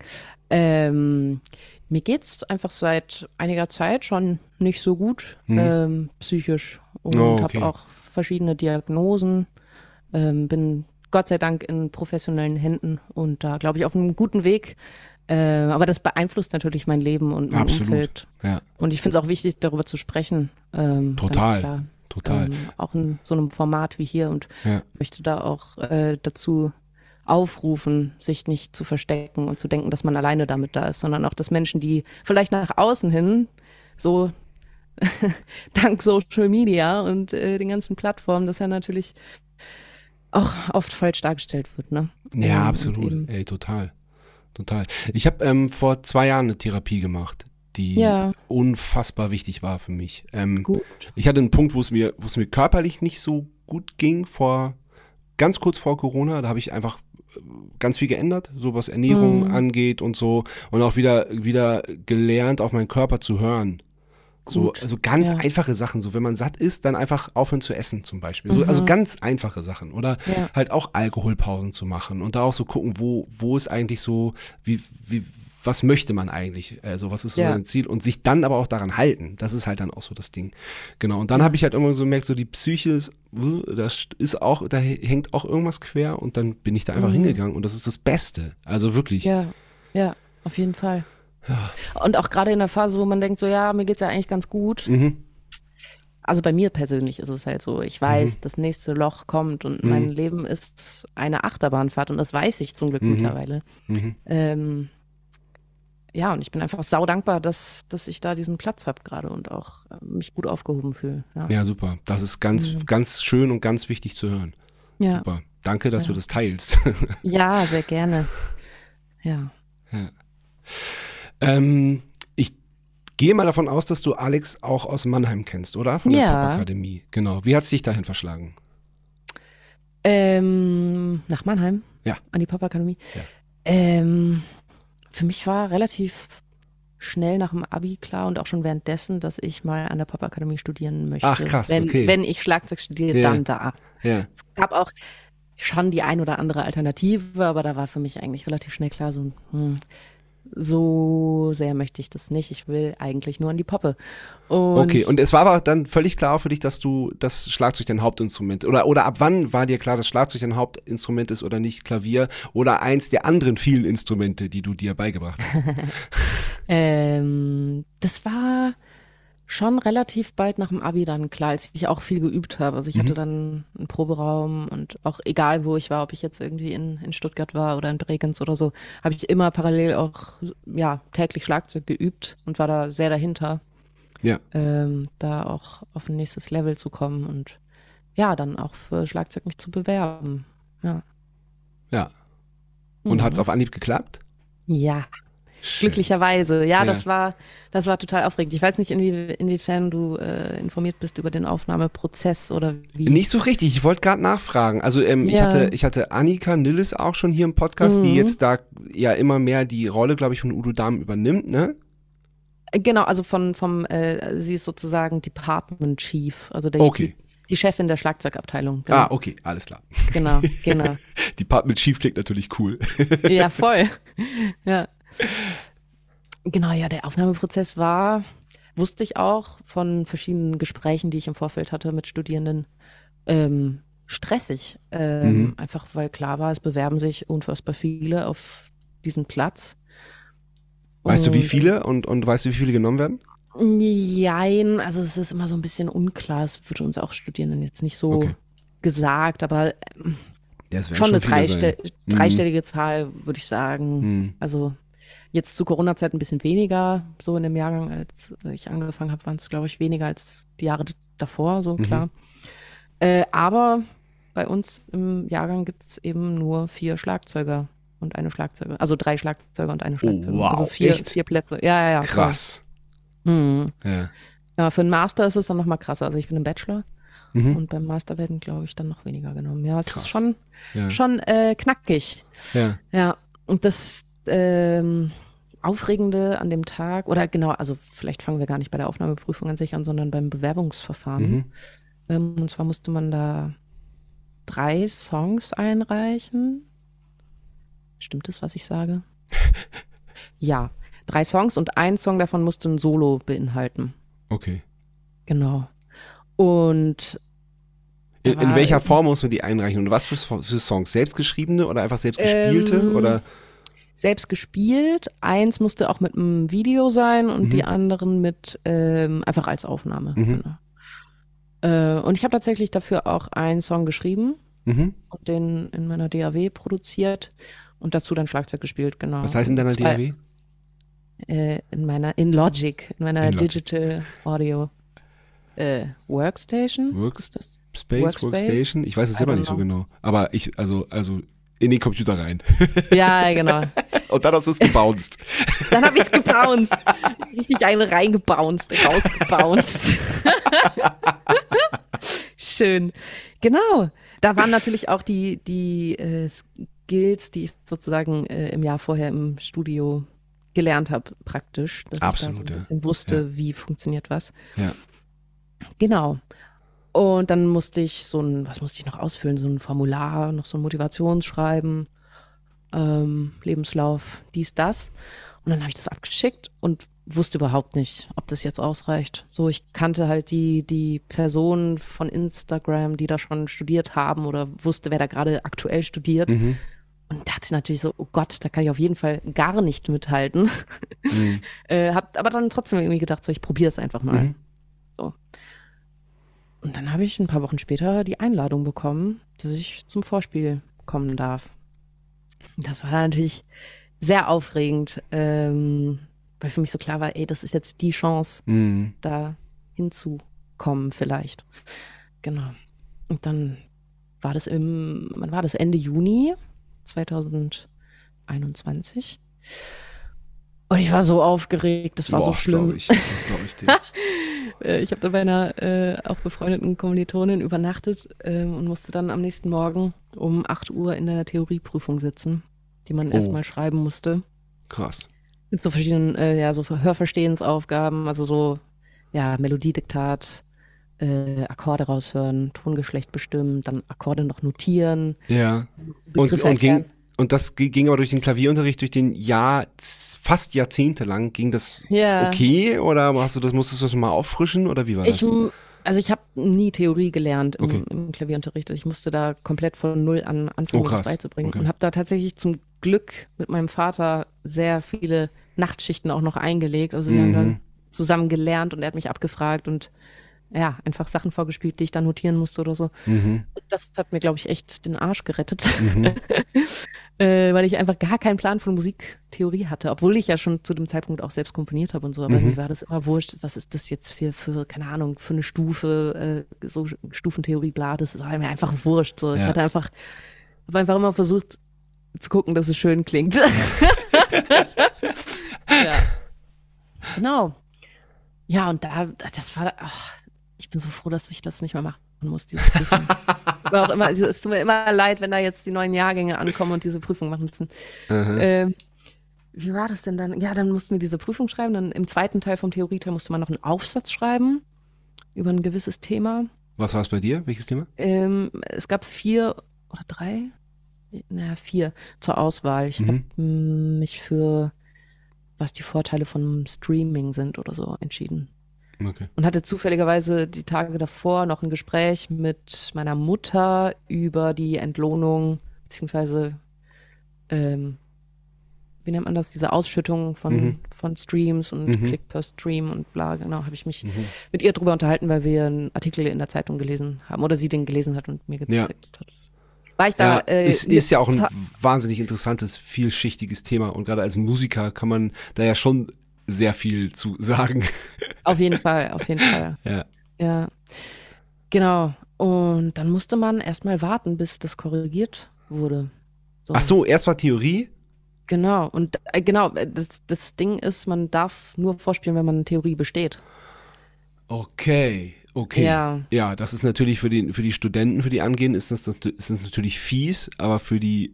Mir geht's einfach seit einiger Zeit schon nicht so gut, psychisch und habe auch verschiedene Diagnosen. Bin Gott sei Dank in professionellen Händen und da, glaube ich, auf einem guten Weg. Aber das beeinflusst natürlich mein Leben und mein Umfeld. Ja. Und ich finde es auch wichtig, darüber zu sprechen. Total. Ganz klar. Total. Auch in so einem Format wie hier und möchte da auch dazu aufrufen, sich nicht zu verstecken und zu denken, dass man alleine damit da ist, sondern auch, dass Menschen, die vielleicht nach außen hin so dank Social Media und den ganzen Plattformen, das ja natürlich auch oft falsch dargestellt wird, ne? Ja, absolut. Ey, total. Ich habe vor 2 Jahren eine Therapie gemacht, die unfassbar wichtig war für mich. Gut. Ich hatte einen Punkt, wo es mir körperlich nicht so gut ging, ganz kurz vor Corona. Da habe ich einfach ganz viel geändert, so was Ernährung angeht und so. Und auch wieder gelernt, auf meinen Körper zu hören. So, also ganz einfache Sachen, so wenn man satt ist, dann einfach aufhören zu essen zum Beispiel. So, also ganz einfache Sachen. Oder halt auch Alkoholpausen zu machen und da auch so gucken, wo ist eigentlich so, was möchte man eigentlich? Also was ist so ein Ziel? Und sich dann aber auch daran halten. Das ist halt dann auch so das Ding. Genau. Und dann habe ich halt immer so gemerkt, so die Psyche ist, da hängt auch irgendwas quer und dann bin ich da einfach hingegangen und das ist das Beste. Also wirklich. Ja, auf jeden Fall. Ja. Und auch gerade in der Phase, wo man denkt, so ja, mir geht's ja eigentlich ganz gut. Also bei mir persönlich ist es halt so, ich weiß, das nächste Loch kommt und mein Leben ist eine Achterbahnfahrt und das weiß ich zum Glück mittlerweile. Ja, und ich bin einfach saudankbar, dass ich da diesen Platz habe gerade und auch mich gut aufgehoben fühle. Ja, super. Das ist ganz schön und ganz wichtig zu hören. Ja. Super. Danke, dass du das teilst. Ja, sehr gerne. Ja. Ich gehe mal davon aus, dass du Alex auch aus Mannheim kennst, oder? Von der Ja. Popakademie. Genau. Wie hat es dich dahin verschlagen? Nach Mannheim? Ja. An die Popakademie? Ja. Für mich war relativ schnell nach dem Abi klar und auch schon währenddessen, dass ich mal an der Popakademie studieren möchte. Ach, krass, okay. Wenn ich Schlagzeug studiere, Ja. dann da. Ja. Es gab auch schon die ein oder andere Alternative, aber da war für mich eigentlich relativ schnell klar, so sehr möchte ich das nicht. Ich will eigentlich nur an die Poppe. Okay, und es war aber dann völlig klar für dich, dass du das Schlagzeug dein Hauptinstrument oder ab wann war dir klar, dass Schlagzeug dein Hauptinstrument ist oder nicht Klavier oder eins der anderen vielen Instrumente, die du dir beigebracht hast? Das war schon relativ bald nach dem Abi dann klar, als ich auch viel geübt habe. Also ich hatte dann einen Proberaum und auch egal, wo ich war, ob ich jetzt irgendwie in Stuttgart war oder in Bregenz oder so, habe ich immer parallel auch täglich Schlagzeug geübt und war da sehr dahinter, Ja. da auch auf ein nächstes Level zu kommen und ja, dann auch für Schlagzeug mich zu bewerben. Ja. Ja. Und hat es auf Anhieb geklappt? Ja. Schön. Glücklicherweise. Ja, Ja. das war total aufregend. Ich weiß nicht, inwiefern du informiert bist über den Aufnahmeprozess oder wie. Nicht so richtig, ich wollte gerade nachfragen. Also ich hatte Annika Nilles auch schon hier im Podcast, die jetzt da ja immer mehr die Rolle, glaube ich, von Udo Dahm übernimmt, ne? Genau, also sie ist sozusagen Department Chief, also die Chefin der Schlagzeugabteilung. Genau. Okay, alles klar. Genau. Department Chief klingt natürlich cool. Ja, voll. Ja. Genau, ja, der Aufnahmeprozess wusste ich auch von verschiedenen Gesprächen, die ich im Vorfeld hatte mit Studierenden, stressig. Einfach weil klar war, es bewerben sich unfassbar viele auf diesen Platz. Weißt du, wie viele und weißt du, wie viele genommen werden? Jein, also es ist immer so ein bisschen unklar. Es wird uns auch Studierenden jetzt nicht so gesagt, aber schon eine dreistellige Zahl, würde ich sagen. Also jetzt zu Corona-Zeit ein bisschen weniger, so in dem Jahrgang, als ich angefangen habe, waren es, glaube ich, weniger als die Jahre davor, so klar. Aber bei uns im Jahrgang gibt es eben nur 4 Schlagzeuger und eine Schlagzeugerin. Also 3 Schlagzeuger und eine Schlagzeugerin. Wow, also 4 Plätze. Ja. Krass. Ja, für einen Master ist es dann nochmal krasser. Also ich bin im Bachelor und beim Master werden, glaube ich, dann noch weniger genommen. Ja, es Krass. ist schon knackig. Ja, und das Aufregende an dem Tag, oder genau, also vielleicht fangen wir gar nicht bei der Aufnahmeprüfung an sich an, sondern beim Bewerbungsverfahren. Und zwar musste man da 3 Songs einreichen. Stimmt das, was ich sage? Ja, 3 Songs und ein Song davon musste ein Solo beinhalten. Okay. Genau. Und in welcher Form muss man die einreichen? Und was für Songs? Selbstgeschriebene oder einfach selbstgespielte? Oder? Selbst gespielt. Eins musste auch mit einem Video sein und die anderen mit einfach als Aufnahme. Genau. Und ich habe tatsächlich dafür auch einen Song geschrieben und den in meiner DAW produziert und dazu dann Schlagzeug gespielt, genau. Was heißt in deiner DAW? In Logic, in meiner Digital Audio Workstation. Workstation? Ich weiß es selber nicht so genau. Aber also in den Computer rein. Ja, genau. Und dann hast du es gebounced. Dann habe ich es gebounced. Richtig einen reingebounced, rausgebounced. Schön. Genau. Da waren natürlich auch die Skills, die ich sozusagen im Jahr vorher im Studio gelernt habe, praktisch. Dass Absolut, ich da so ein bisschen wusste, wie funktioniert was. Ja. Genau. Und dann musste ich was musste ich noch ausfüllen? So ein Formular, noch so ein Motivationsschreiben, Lebenslauf, dies, das. Und dann habe ich das abgeschickt und wusste überhaupt nicht, ob das jetzt ausreicht. So, ich kannte halt die Personen von Instagram, die da schon studiert haben oder wusste, wer da gerade aktuell studiert. Und dachte natürlich so, oh Gott, da kann ich auf jeden Fall gar nicht mithalten. Hab aber dann trotzdem irgendwie gedacht, so, ich probiere es einfach mal. So. Und dann habe ich ein paar Wochen später die Einladung bekommen, dass ich zum Vorspiel kommen darf. Das war dann natürlich sehr aufregend, weil für mich so klar war, das ist jetzt die Chance, da hinzukommen vielleicht. Genau. Und dann war das wann war das? Ende Juni 2021. Und ich war so aufgeregt, das war so schlimm. Das glaube ich dir. Ich habe da bei einer auch befreundeten Kommilitonin übernachtet und musste dann am nächsten Morgen um 8 Uhr in der Theorieprüfung sitzen, die man erstmal schreiben musste. Krass. Mit so verschiedenen, so Hörverstehensaufgaben, also so, Melodiediktat, Akkorde raushören, Tongeschlecht bestimmen, dann Akkorde noch notieren. Ja. Begriffe erklären. Und das ging aber durch den Klavierunterricht, durch den fast jahrzehntelang. Ging das okay oder musstest du das mal auffrischen oder wie war das? Ich habe nie Theorie gelernt im Klavierunterricht. Ich musste da komplett von null an anfangen, das beizubringen. Und habe da tatsächlich zum Glück mit meinem Vater sehr viele Nachtschichten auch noch eingelegt. Also wir haben dann zusammen gelernt und er hat mich abgefragt und einfach Sachen vorgespielt, die ich dann notieren musste oder so. Das hat mir, glaube ich, echt den Arsch gerettet, weil ich einfach gar keinen Plan von Musiktheorie hatte, obwohl ich ja schon zu dem Zeitpunkt auch selbst komponiert habe und so. Aber mir war das immer wurscht, was ist das jetzt für keine Ahnung, für eine Stufe, so Stufentheorie, bla, das war mir einfach wurscht. So. Ich habe einfach immer versucht zu gucken, dass es schön klingt. Genau. Ja, und das war... Ich bin so froh, dass ich das nicht mehr machen muss, diese Prüfung. Aber auch immer, es tut mir immer leid, wenn da jetzt die neuen Jahrgänge ankommen und diese Prüfung machen müssen. Wie war das denn dann? Ja, dann mussten wir diese Prüfung schreiben. Dann im zweiten Teil vom Theorieteil musste man noch einen Aufsatz schreiben über ein gewisses Thema. Was war es bei dir? Welches Thema? Es gab 4 oder 3, 4 zur Auswahl. Ich habe mich für, was die Vorteile von Streaming sind oder so, entschieden. Okay. Und hatte zufälligerweise die Tage davor noch ein Gespräch mit meiner Mutter über die Entlohnung, beziehungsweise, wie nennt man das, diese Ausschüttung von Streams und Click per Stream und bla, genau, habe ich mich mit ihr drüber unterhalten, weil wir einen Artikel in der Zeitung gelesen haben oder sie den gelesen hat und mir gezeigt hat. War ich da, ist ja auch ein wahnsinnig interessantes, vielschichtiges Thema und gerade als Musiker kann man da ja schon sehr viel zu sagen. Auf jeden Fall. Ja. Genau. Und dann musste man erstmal warten, bis das korrigiert wurde. So. Ach so, erst war Theorie? Genau. Und das Ding ist, man darf nur vorspielen, wenn man eine Theorie besteht. Okay. Ja, das ist natürlich für die Studenten, für die angehen, ist das natürlich fies, aber für die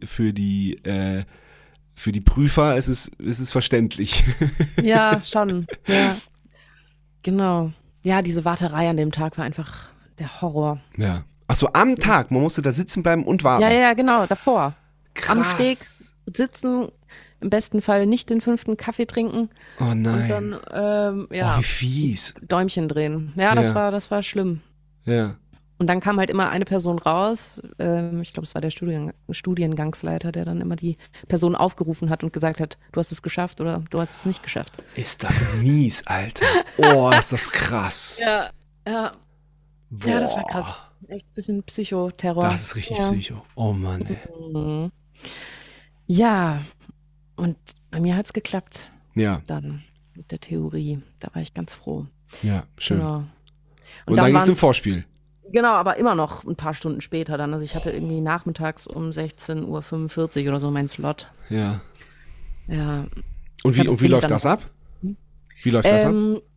Prüfer ist es verständlich. Ja, schon. Ja, genau. Ja, diese Warterei an dem Tag war einfach der Horror. Ja. Achso, am Tag, man musste da sitzen bleiben und warten. Ja, genau, davor. Krass. Am Steg sitzen, im besten Fall nicht den 5. Kaffee trinken. Oh nein. Und dann, wie fies. Däumchen drehen. Ja, das war schlimm. Ja. Und dann kam halt immer eine Person raus, ich glaube, es war der Studiengangsleiter, der dann immer die Person aufgerufen hat und gesagt hat, du hast es geschafft oder du hast es nicht geschafft. Ist das mies, Alter. Oh, ist das krass. Ja. Boah. Ja, das war krass. Echt ein bisschen Psychoterror. Das ist richtig Psycho. Oh Mann, ey. Ja, und bei mir hat es geklappt. Ja. Dann mit der Theorie. Da war ich ganz froh. Ja, schön. Genau. Und dann ging es im Vorspiel. Genau, aber immer noch ein paar Stunden später dann. Also ich hatte irgendwie nachmittags um 16:45 Uhr oder so meinen Slot. Ja. Ja. Und wie läuft das ab? Wie läuft das ab?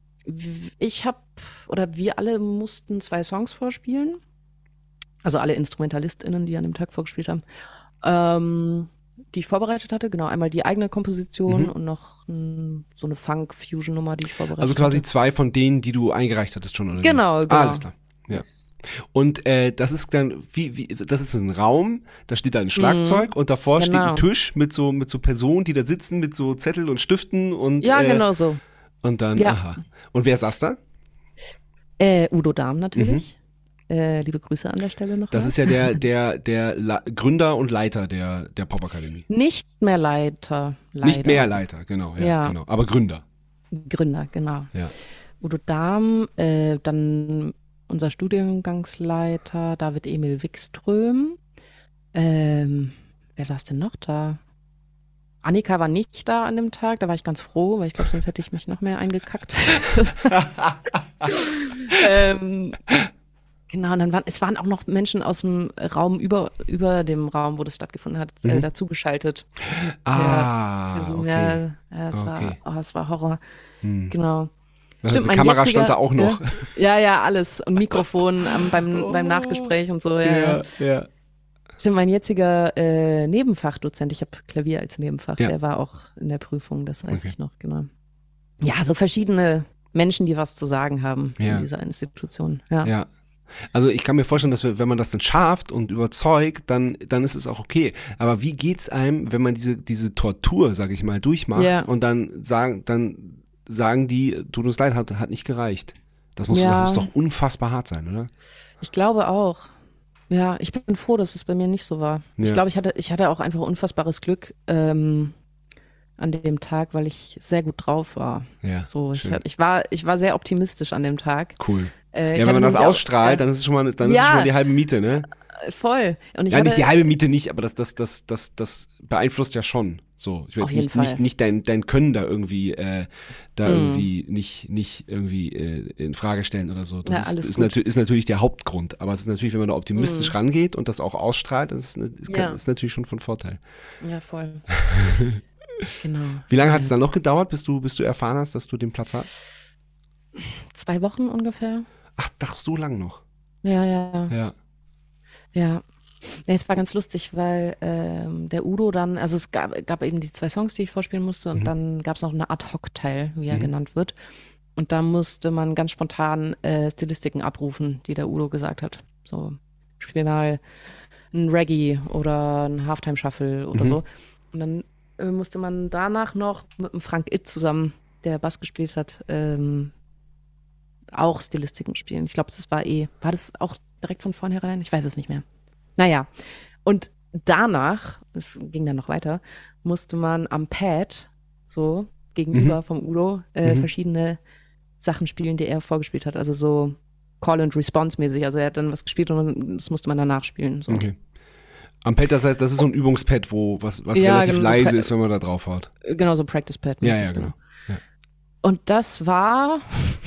Wir alle mussten 2 Songs vorspielen. Also alle InstrumentalistInnen, die an dem Tag vorgespielt haben. Die ich vorbereitet hatte. Genau, einmal die eigene Komposition und noch so eine Funk-Fusion-Nummer, die ich vorbereitet hatte. Also quasi 2 von denen, die du eingereicht hattest schon, oder? Genau. Alles klar. Ja. Yes. Und das ist dann, das ist ein Raum, da steht da ein Schlagzeug und davor steht ein Tisch mit so Personen, die da sitzen mit so Zettel und Stiften und ja, genau so. Und dann, aha. Und wer saß da? Udo Dahm natürlich. Liebe Grüße an der Stelle noch. Das ist ja der Gründer und Leiter der Popakademie. Nicht mehr Leiter. Leider. Nicht mehr Leiter, genau. Ja. Genau. Aber Gründer. Gründer, genau. Ja. Udo Dahm, dann unser Studiengangsleiter David Emil Wikström. Wer saß denn noch da? Annika war nicht da an dem Tag, da war ich ganz froh, weil ich glaube, sonst hätte ich mich noch mehr eingekackt. Genau, und dann es waren auch noch Menschen aus dem Raum über dem Raum, wo das stattgefunden hat, dazugeschaltet. Okay. Es war Horror. Hm. Genau. Das heißt, eine Kamera stand da auch noch. Ja, alles. Und Mikrofon beim Nachgespräch und so. Ja. Stimmt, mein jetziger Nebenfachdozent, ich habe Klavier als Nebenfach, der war auch in der Prüfung, das weiß ich noch, genau. Ja, so verschiedene Menschen, die was zu sagen haben in dieser Institution. Ja. Also ich kann mir vorstellen, dass wenn man das dann schafft und überzeugt, dann ist es auch okay. Aber wie geht's einem, wenn man diese Tortur, sag ich mal, durchmacht und dann sagen die, tut uns leid, hat nicht gereicht. Das muss doch unfassbar hart sein, oder? Ich glaube auch. Ja, ich bin froh, dass es bei mir nicht so war. Ja. Ich glaube, ich hatte auch einfach unfassbares Glück an dem Tag, weil ich sehr gut drauf war. Ja, so, ich war sehr optimistisch an dem Tag. Cool. Wenn man das ausstrahlt, dann ist es schon mal die halbe Miete, ne? Voll. Und nicht die halbe Miete nicht, aber das beeinflusst ja schon. So, ich will nicht dein Können da irgendwie nicht irgendwie in Frage stellen oder so. Das ist natürlich der Hauptgrund. Aber es ist natürlich, wenn man da optimistisch rangeht und das auch ausstrahlt, ist natürlich schon von Vorteil. Ja, voll. Genau. Wie lange hat es dann noch gedauert, bis du erfahren hast, dass du den Platz hast? 2 Wochen ungefähr. Ach, so lang noch. Ja. Nee, es war ganz lustig, weil der Udo dann, also es gab eben die 2 Songs, die ich vorspielen musste und dann gab es noch eine Ad-Hoc-Teil, wie er genannt wird. Und da musste man ganz spontan Stilistiken abrufen, die der Udo gesagt hat. So, spiel mal ein Reggae oder ein Halftime-Shuffle oder so. Und dann musste man danach noch mit dem Frank Itt zusammen, der Bass gespielt hat, auch Stilistiken spielen. Ich glaube, war das auch direkt von vornherein? Ich weiß es nicht mehr. Naja, und danach, es ging dann noch weiter, musste man am Pad, so gegenüber vom Udo, verschiedene Sachen spielen, die er vorgespielt hat. Also so Call-and-Response-mäßig. Also er hat dann was gespielt und das musste man danach spielen. So. Okay. Am Pad, das heißt, das ist so ein Übungspad, was relativ leise ist, wenn man da drauf haut. Genau, so ein Practice-Pad. Ja, genau. Ja. Und das war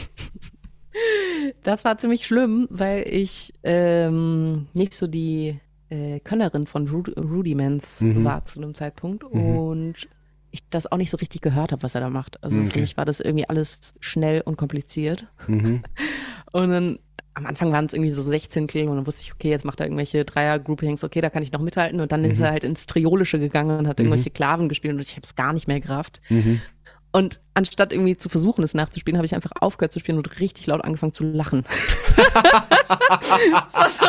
ziemlich schlimm, weil ich nicht so die Könnerin von Rudiments war zu einem Zeitpunkt und ich das auch nicht so richtig gehört habe, was er da macht. Also für mich war das irgendwie alles schnell und kompliziert. Und dann am Anfang waren es irgendwie so 16 und dann wusste ich, okay, jetzt macht er irgendwelche Dreier-Groupings, okay, da kann ich noch mithalten. Und dann ist er halt ins Triolische gegangen und hat irgendwelche Klaven gespielt und ich habe es gar nicht mehr gerafft. Und anstatt irgendwie zu versuchen, es nachzuspielen, habe ich einfach aufgehört zu spielen und richtig laut angefangen zu lachen. Das war so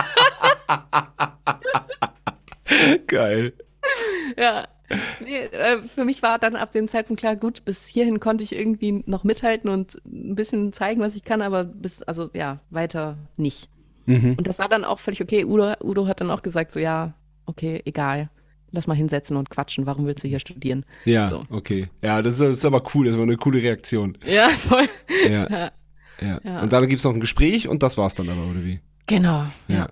geil. Ja. Nee, für mich war dann ab dem Zeitpunkt klar, gut, bis hierhin konnte ich irgendwie noch mithalten und ein bisschen zeigen, was ich kann, aber weiter nicht. Und das war dann auch völlig okay. Udo hat dann auch gesagt, so ja, okay, egal. Lass mal hinsetzen und quatschen. Warum willst du hier studieren? Ja, so. Okay. Ja, das ist aber cool. Das war eine coole Reaktion. Ja, voll. Ja. Und dann gibt es noch ein Gespräch und das war's dann aber, oder wie? Genau. Ja.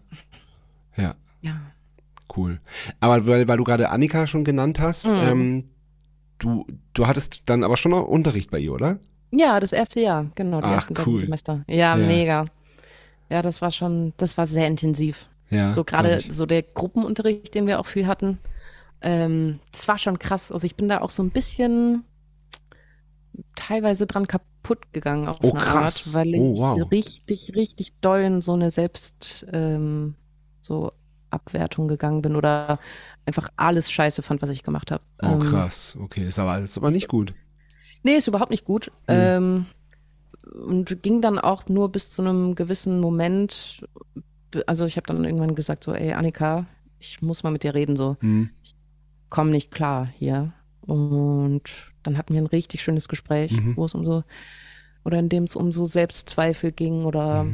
Cool. Aber weil du gerade Annika schon genannt hast, du hattest dann aber schon noch Unterricht bei ihr, oder? Ja, das erste Jahr. Genau, die ersten beiden Semester. Ja, mega. Ja, das war sehr intensiv. Ja, so gerade so der Gruppenunterricht, den wir auch viel hatten. Das war schon krass. Also ich bin da auch so ein bisschen teilweise dran kaputt gegangen auf eine Art, weil ich richtig, richtig doll in so eine Abwertung gegangen bin oder einfach alles scheiße fand, was ich gemacht habe. Oh krass, okay. Ist aber nicht gut. Nee, ist überhaupt nicht gut. Und ging dann auch nur bis zu einem gewissen Moment. Also ich habe dann irgendwann gesagt so, ey Annika, ich muss mal mit dir reden so. Ich komme nicht klar hier. Und dann hatten wir ein richtig schönes Gespräch, in dem es um so Selbstzweifel ging oder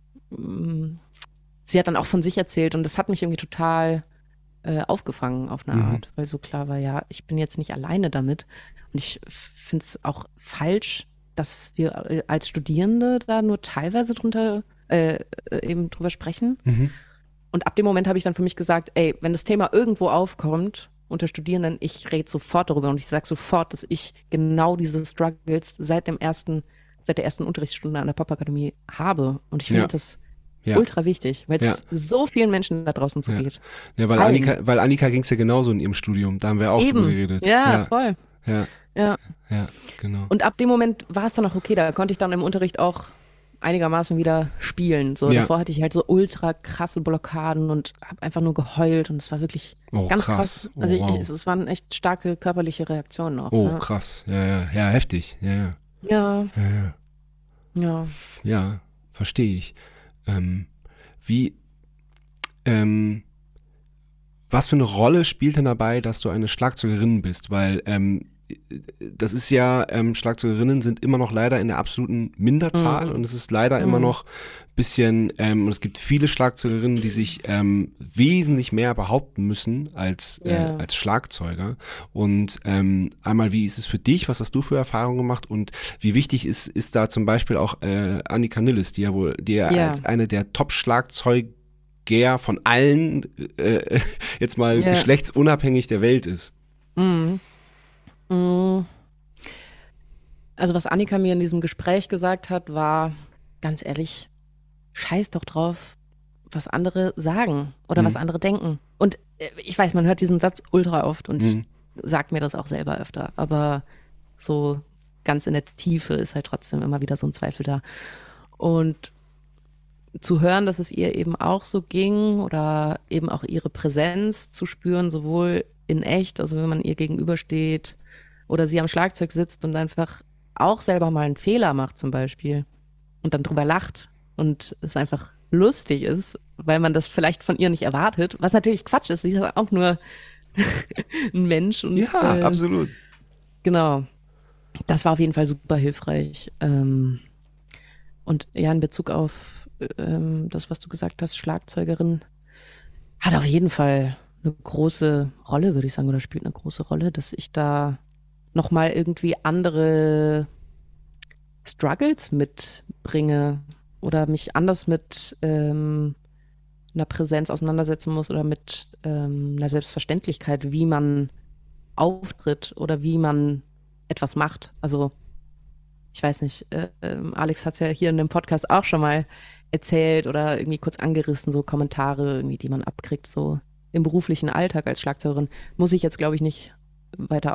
sie hat dann auch von sich erzählt und das hat mich irgendwie total aufgefangen auf eine Art, weil so klar war, ja, ich bin jetzt nicht alleine damit und ich finde es auch falsch, dass wir als Studierende da nur teilweise drüber sprechen. Und ab dem Moment habe ich dann für mich gesagt, ey, wenn das Thema irgendwo aufkommt unter Studierenden, ich rede sofort darüber und ich sage sofort, dass ich genau diese Struggles seit der ersten Unterrichtsstunde an der Popakademie habe. Und ich finde, das ultra wichtig, weil es so vielen Menschen da draußen so geht. Ja, weil Annika ging es ja genauso in ihrem Studium, da haben wir auch drüber geredet. Ja, voll. Ja, genau. Und ab dem Moment war es dann auch okay, da konnte ich dann im Unterricht auch einigermaßen wieder spielen. So, davor hatte ich halt so ultra krasse Blockaden und habe einfach nur geheult und es war wirklich ganz krass. Also es waren echt starke körperliche Reaktionen auch. Krass. Ja, heftig. Ja, verstehe ich. Was für eine Rolle spielt denn dabei, dass du eine Schlagzeugerin bist? Weil das ist ja, Schlagzeugerinnen sind immer noch leider in der absoluten Minderzahl und es ist leider immer noch ein bisschen, und es gibt viele Schlagzeugerinnen, die sich wesentlich mehr behaupten müssen als Schlagzeuger. Und einmal, wie ist es für dich? Was hast du für Erfahrungen gemacht? Und wie wichtig ist da zum Beispiel auch Annika Nilles, die als eine der Top-Schlagzeuger von allen jetzt mal geschlechtsunabhängig der Welt ist? Also was Annika mir in diesem Gespräch gesagt hat, war, ganz ehrlich, scheiß doch drauf, was andere sagen oder was andere denken. Und ich weiß, man hört diesen Satz ultra oft und ich sag mir das auch selber öfter, aber so ganz in der Tiefe ist halt trotzdem immer wieder so ein Zweifel da. Und zu hören, dass es ihr eben auch so ging oder eben auch ihre Präsenz zu spüren, sowohl in echt, also wenn man ihr gegenübersteht oder sie am Schlagzeug sitzt und einfach auch selber mal einen Fehler macht zum Beispiel und dann drüber lacht und es einfach lustig ist, weil man das vielleicht von ihr nicht erwartet, was natürlich Quatsch ist, sie ist auch nur ein Mensch. Und, absolut. Genau, das war auf jeden Fall super hilfreich. Und ja, in Bezug auf das, was du gesagt hast, Schlagzeugerin, hat auf jeden Fall eine große Rolle, würde ich sagen, oder spielt eine große Rolle, dass ich da nochmal irgendwie andere Struggles mitbringe oder mich anders mit einer Präsenz auseinandersetzen muss oder mit einer Selbstverständlichkeit, wie man auftritt oder wie man etwas macht. Also ich weiß nicht, Alex hat es ja hier in dem Podcast auch schon mal erzählt oder irgendwie kurz angerissen, so Kommentare, irgendwie, die man abkriegt, so im beruflichen Alltag als Schlagzeugerin. Muss ich jetzt, glaube ich, nicht weiter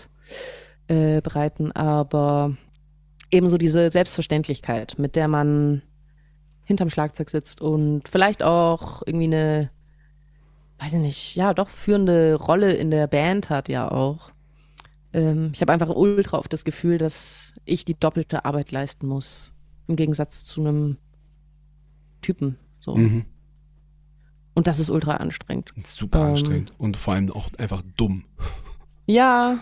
ausbreiten, aber ebenso diese Selbstverständlichkeit, mit der man hinterm Schlagzeug sitzt und vielleicht auch irgendwie eine, weiß ich nicht, ja doch führende Rolle in der Band hat ja auch. Ich habe einfach ultra oft das Gefühl, dass ich die doppelte Arbeit leisten muss, im Gegensatz zu einem Typen. So. Und das ist ultra anstrengend. Super anstrengend und vor allem auch einfach dumm. Ja.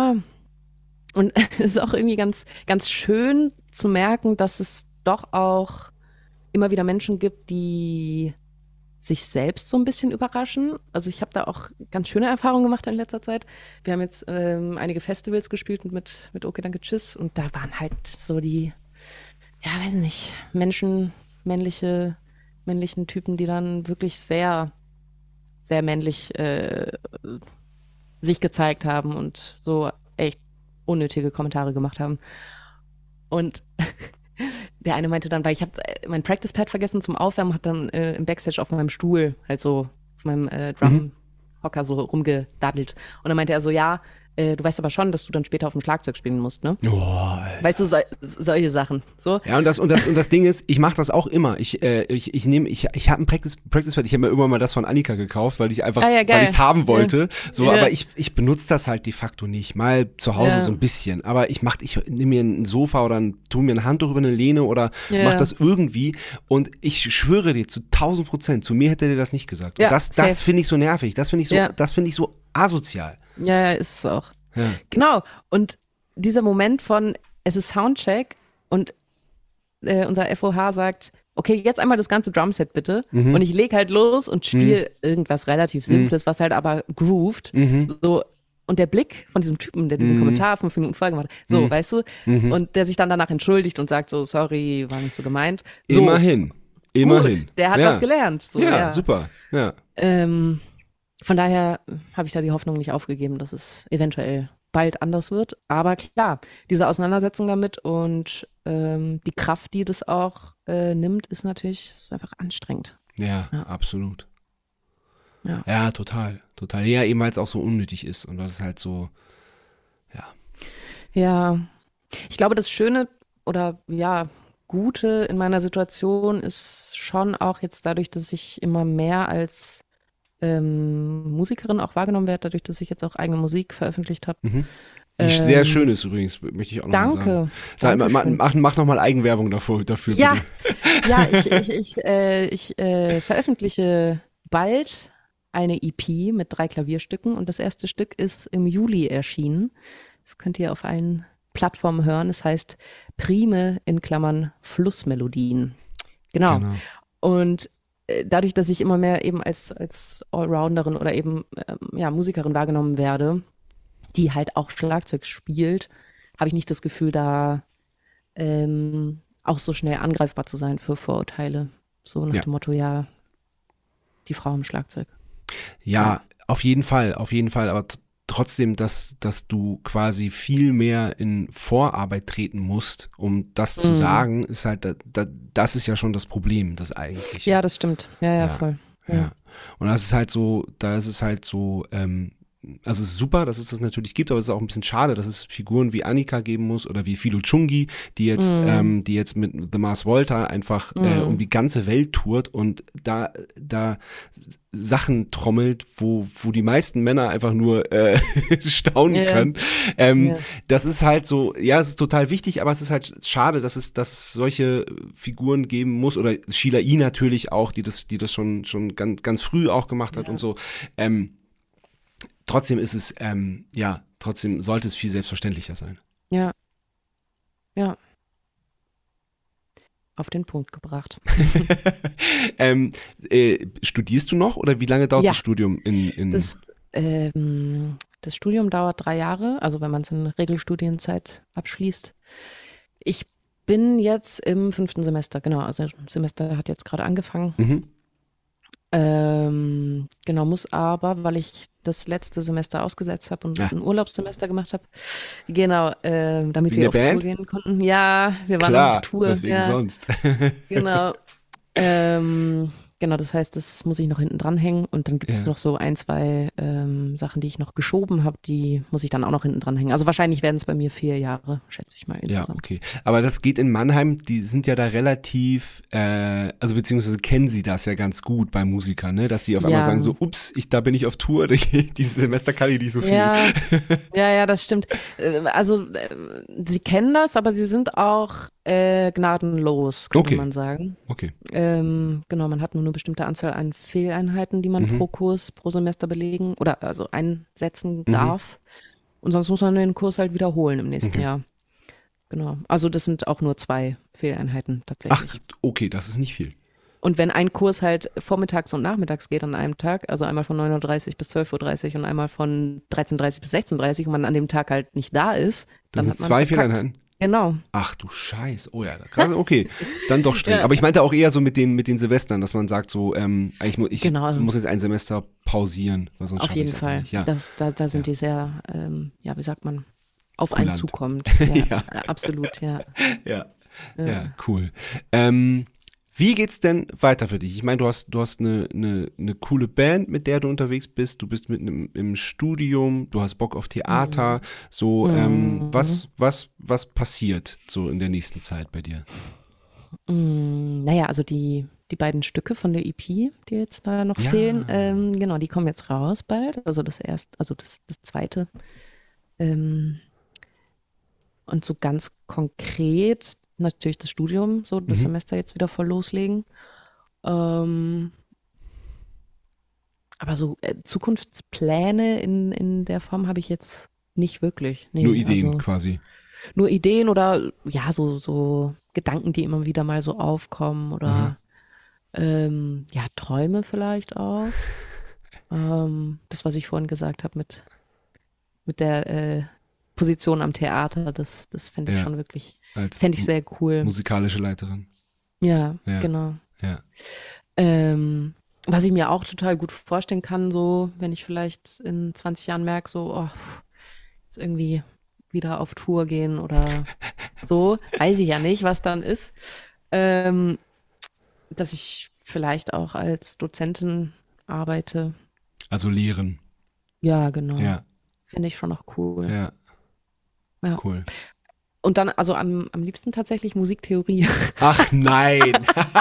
Und es ist auch irgendwie ganz, ganz schön zu merken, dass es doch auch immer wieder Menschen gibt, die sich selbst so ein bisschen überraschen. Also ich habe da auch ganz schöne Erfahrungen gemacht in letzter Zeit. Wir haben jetzt einige Festivals gespielt mit Okay, danke, tschüss. Und da waren halt so die, ja, weiß nicht, männlichen Typen, die dann wirklich sehr, sehr männlich sich gezeigt haben und so echt unnötige Kommentare gemacht haben. Und der eine meinte dann, weil ich habe mein Practice Pad vergessen zum Aufwärmen, hat dann im Backstage auf meinem Stuhl, halt so auf meinem Drum-Hocker so rumgedaddelt. Und dann meinte er so, ja, du weißt aber schon, dass du dann später auf dem Schlagzeug spielen musst, ne? Weißt du, solche Sachen. So. Ja, und das Ding ist, ich mache das auch immer. Ich habe ein Practice Pad, ich habe mir irgendwann mal das von Annika gekauft, weil ich einfach, weil ich es haben wollte. So, aber ich benutze das halt de facto nicht. Mal zu Hause so ein bisschen. Aber ich nehme mir ein Sofa oder tue mir ein Handtuch über eine Lehne oder mache das irgendwie. Und ich schwöre dir zu 1000%, zu mir hätte der das nicht gesagt. Und das finde ich so nervig. Das finde ich so asozial. Ja, ist es auch. Ja. Genau. Und dieser Moment von, es ist Soundcheck und unser FOH sagt, okay, jetzt einmal das ganze Drumset bitte. Und ich lege halt los und spiele irgendwas relativ Simples, was halt aber grooved. So. Und der Blick von diesem Typen, der diesen Kommentar 5 Minuten vorher gemacht hat, so, weißt du? Und der sich dann danach entschuldigt und sagt so, sorry, war nicht so gemeint. So, Immerhin. Gut, der hat was gelernt. So, super. Ja. Von daher habe ich da die Hoffnung nicht aufgegeben, dass es eventuell bald anders wird. Aber klar, diese Auseinandersetzung damit und die Kraft, die das auch nimmt, ist einfach anstrengend. Ja, absolut. Ja. Ja, total. Ja, eben weil es auch so unnötig ist und das ist halt so, ja. Ja, ich glaube, das Schöne oder ja, Gute in meiner Situation ist schon auch jetzt dadurch, dass ich immer mehr als Musikerin auch wahrgenommen werde, dadurch, dass ich jetzt auch eigene Musik veröffentlicht habe. Die sehr schön ist übrigens, möchte ich auch noch mal sagen. Mach noch mal Eigenwerbung dafür. Ja, bitte. ja, ich veröffentliche bald eine EP mit 3 Klavierstücken und das erste Stück ist im Juli erschienen. Das könnt ihr auf allen Plattformen hören. Es heißt Prime in Klammern Flussmelodien. Genau. Und dadurch, dass ich immer mehr eben als Allrounderin oder eben Musikerin wahrgenommen werde, die halt auch Schlagzeug spielt, habe ich nicht das Gefühl, da auch so schnell angreifbar zu sein für Vorurteile. So nach dem Motto, ja, die Frau im Schlagzeug. Ja, auf jeden Fall, aber trotzdem, dass du quasi viel mehr in Vorarbeit treten musst, um das zu sagen, ist halt, das ist ja schon das Problem, das eigentliche. Ja, das stimmt. Ja, voll. Ja. Und das ist halt so, also es ist super, dass es das natürlich gibt, aber es ist auch ein bisschen schade, dass es Figuren wie Annika geben muss oder wie Philo Chungi, die jetzt mit The Mars Volta einfach um die ganze Welt tourt und da Sachen trommelt, wo die meisten Männer einfach nur staunen können. Das ist halt so, ja, es ist total wichtig, aber es ist halt schade, dass es solche Figuren geben muss oder Sheila E. natürlich auch, die das schon ganz, ganz früh auch gemacht hat und so. Trotzdem ist es, trotzdem sollte es viel selbstverständlicher sein. Ja. Auf den Punkt gebracht. Studierst du noch oder wie lange dauert das Studium Das Studium dauert 3 Jahre, also wenn man es in Regelstudienzeit abschließt. Ich bin jetzt im 5. Semester, genau, also das Semester hat jetzt gerade angefangen. Genau, muss aber, weil ich das letzte Semester ausgesetzt habe und ein Urlaubssemester gemacht habe, genau, damit wir auf Tour gehen konnten. Ja, wir waren auf Tour. Deswegen sonst. Genau. Genau, das heißt, das muss ich noch hinten dranhängen und dann gibt es noch so 1, 2 Sachen, die ich noch geschoben habe, die muss ich dann auch noch hinten dranhängen. Also wahrscheinlich werden es bei mir 4 Jahre, schätze ich mal insgesamt. Ja, okay. Aber das geht in Mannheim, die sind ja da relativ, also beziehungsweise kennen sie das ja ganz gut bei Musikern, ne? Dass sie auf einmal sagen so, ups, da bin ich auf Tour, dieses Semester kann ich nicht so viel. Ja, das stimmt. Also sie kennen das, aber sie sind auch gnadenlos, könnte man sagen. Okay. Genau, man hat nur eine bestimmte Anzahl an Fehleinheiten, die man pro Kurs, pro Semester belegen oder also einsetzen darf. Und sonst muss man den Kurs halt wiederholen im nächsten Jahr. Genau. Also das sind auch nur 2 Fehleinheiten tatsächlich. Ach, okay, das ist nicht viel. Und wenn ein Kurs halt vormittags und nachmittags geht an einem Tag, also einmal von 9:30 Uhr bis 12:30 Uhr und einmal von 13:30 Uhr bis 16:30 Uhr und man an dem Tag halt nicht da ist, dann das hat man 2 Fehleinheiten? Genau. Ach du Scheiß, oh ja, krass, okay, dann doch streng. Aber ich meinte auch eher so mit den Silvestern, dass man sagt so, ich muss jetzt ein Semester pausieren, weil sonst auf jeden Fall. Nicht. Ja. Da sind die sehr, wie sagt man, auf einen zukommt. Ja, absolut, ja. Ja, cool. Wie geht's denn weiter für dich? Ich meine, du hast eine coole Band, mit der du unterwegs bist. Du bist mitten im Studium, du hast Bock auf Theater. So, was passiert so in der nächsten Zeit bei dir? Naja, also die beiden Stücke von der EP, die jetzt da noch fehlen, genau, die kommen jetzt raus bald. Also das zweite. Und so ganz konkret natürlich das Studium, so das Semester jetzt wieder voll loslegen. Aber so Zukunftspläne in der Form habe ich jetzt nicht wirklich. Nee, nur Ideen quasi. Nur Ideen oder ja, so Gedanken, die immer wieder mal so aufkommen oder Träume vielleicht auch. Das, was ich vorhin gesagt habe mit der Position am Theater, das fände ich schon wirklich, fände ich sehr cool. Musikalische Leiterin. Ja, genau. Ja. Was ich mir auch total gut vorstellen kann, so wenn ich vielleicht in 20 Jahren merke, so, jetzt irgendwie wieder auf Tour gehen oder so. Weiß ich ja nicht, was dann ist. Dass ich vielleicht auch als Dozentin arbeite. Also lehren. Ja, genau. Ja. Finde ich schon noch cool. Ja. Ja. Cool. Und dann, also am liebsten tatsächlich Musiktheorie. Ach nein.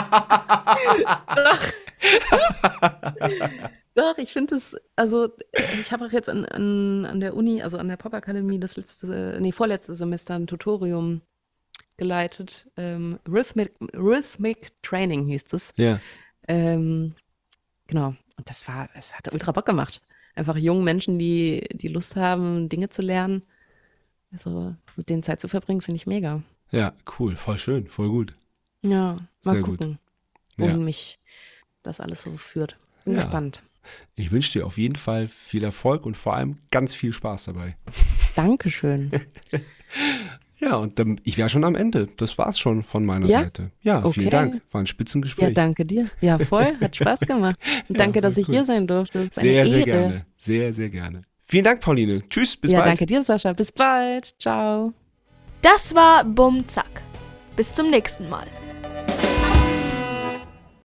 Doch, ich finde es, also ich habe auch jetzt an der Uni, also an der Popakademie vorletztes Semester ein Tutorium geleitet. Rhythmic Training hieß es. Ja. Genau. Und das hat ultra Bock gemacht. Einfach jungen Menschen, die Lust haben, Dinge zu lernen, also mit denen Zeit zu verbringen, finde ich mega. Ja, cool, voll schön, voll gut. Ja, mal Sehr gucken, gut. wohin mich das alles so führt. Bin Ja. gespannt. Ich wünsche dir auf jeden Fall viel Erfolg und vor allem ganz viel Spaß dabei. Dankeschön. Ja, und dann, ich wäre schon am Ende. Das war's schon von meiner Ja? Seite. Ja, Okay. vielen Dank. War ein Spitzengespräch. Ja, danke dir. Ja, voll. Hat Spaß gemacht. Und danke, voll dass ich cool. hier sein durfte. Das ist Sehr, eine sehr Ehre. gerne. Sehr, sehr gerne. Vielen Dank, Pauline. Tschüss, bis Ja, bald. danke dir, Sascha. Bis bald. Ciao. Das war Bum Zack. Bis zum nächsten Mal.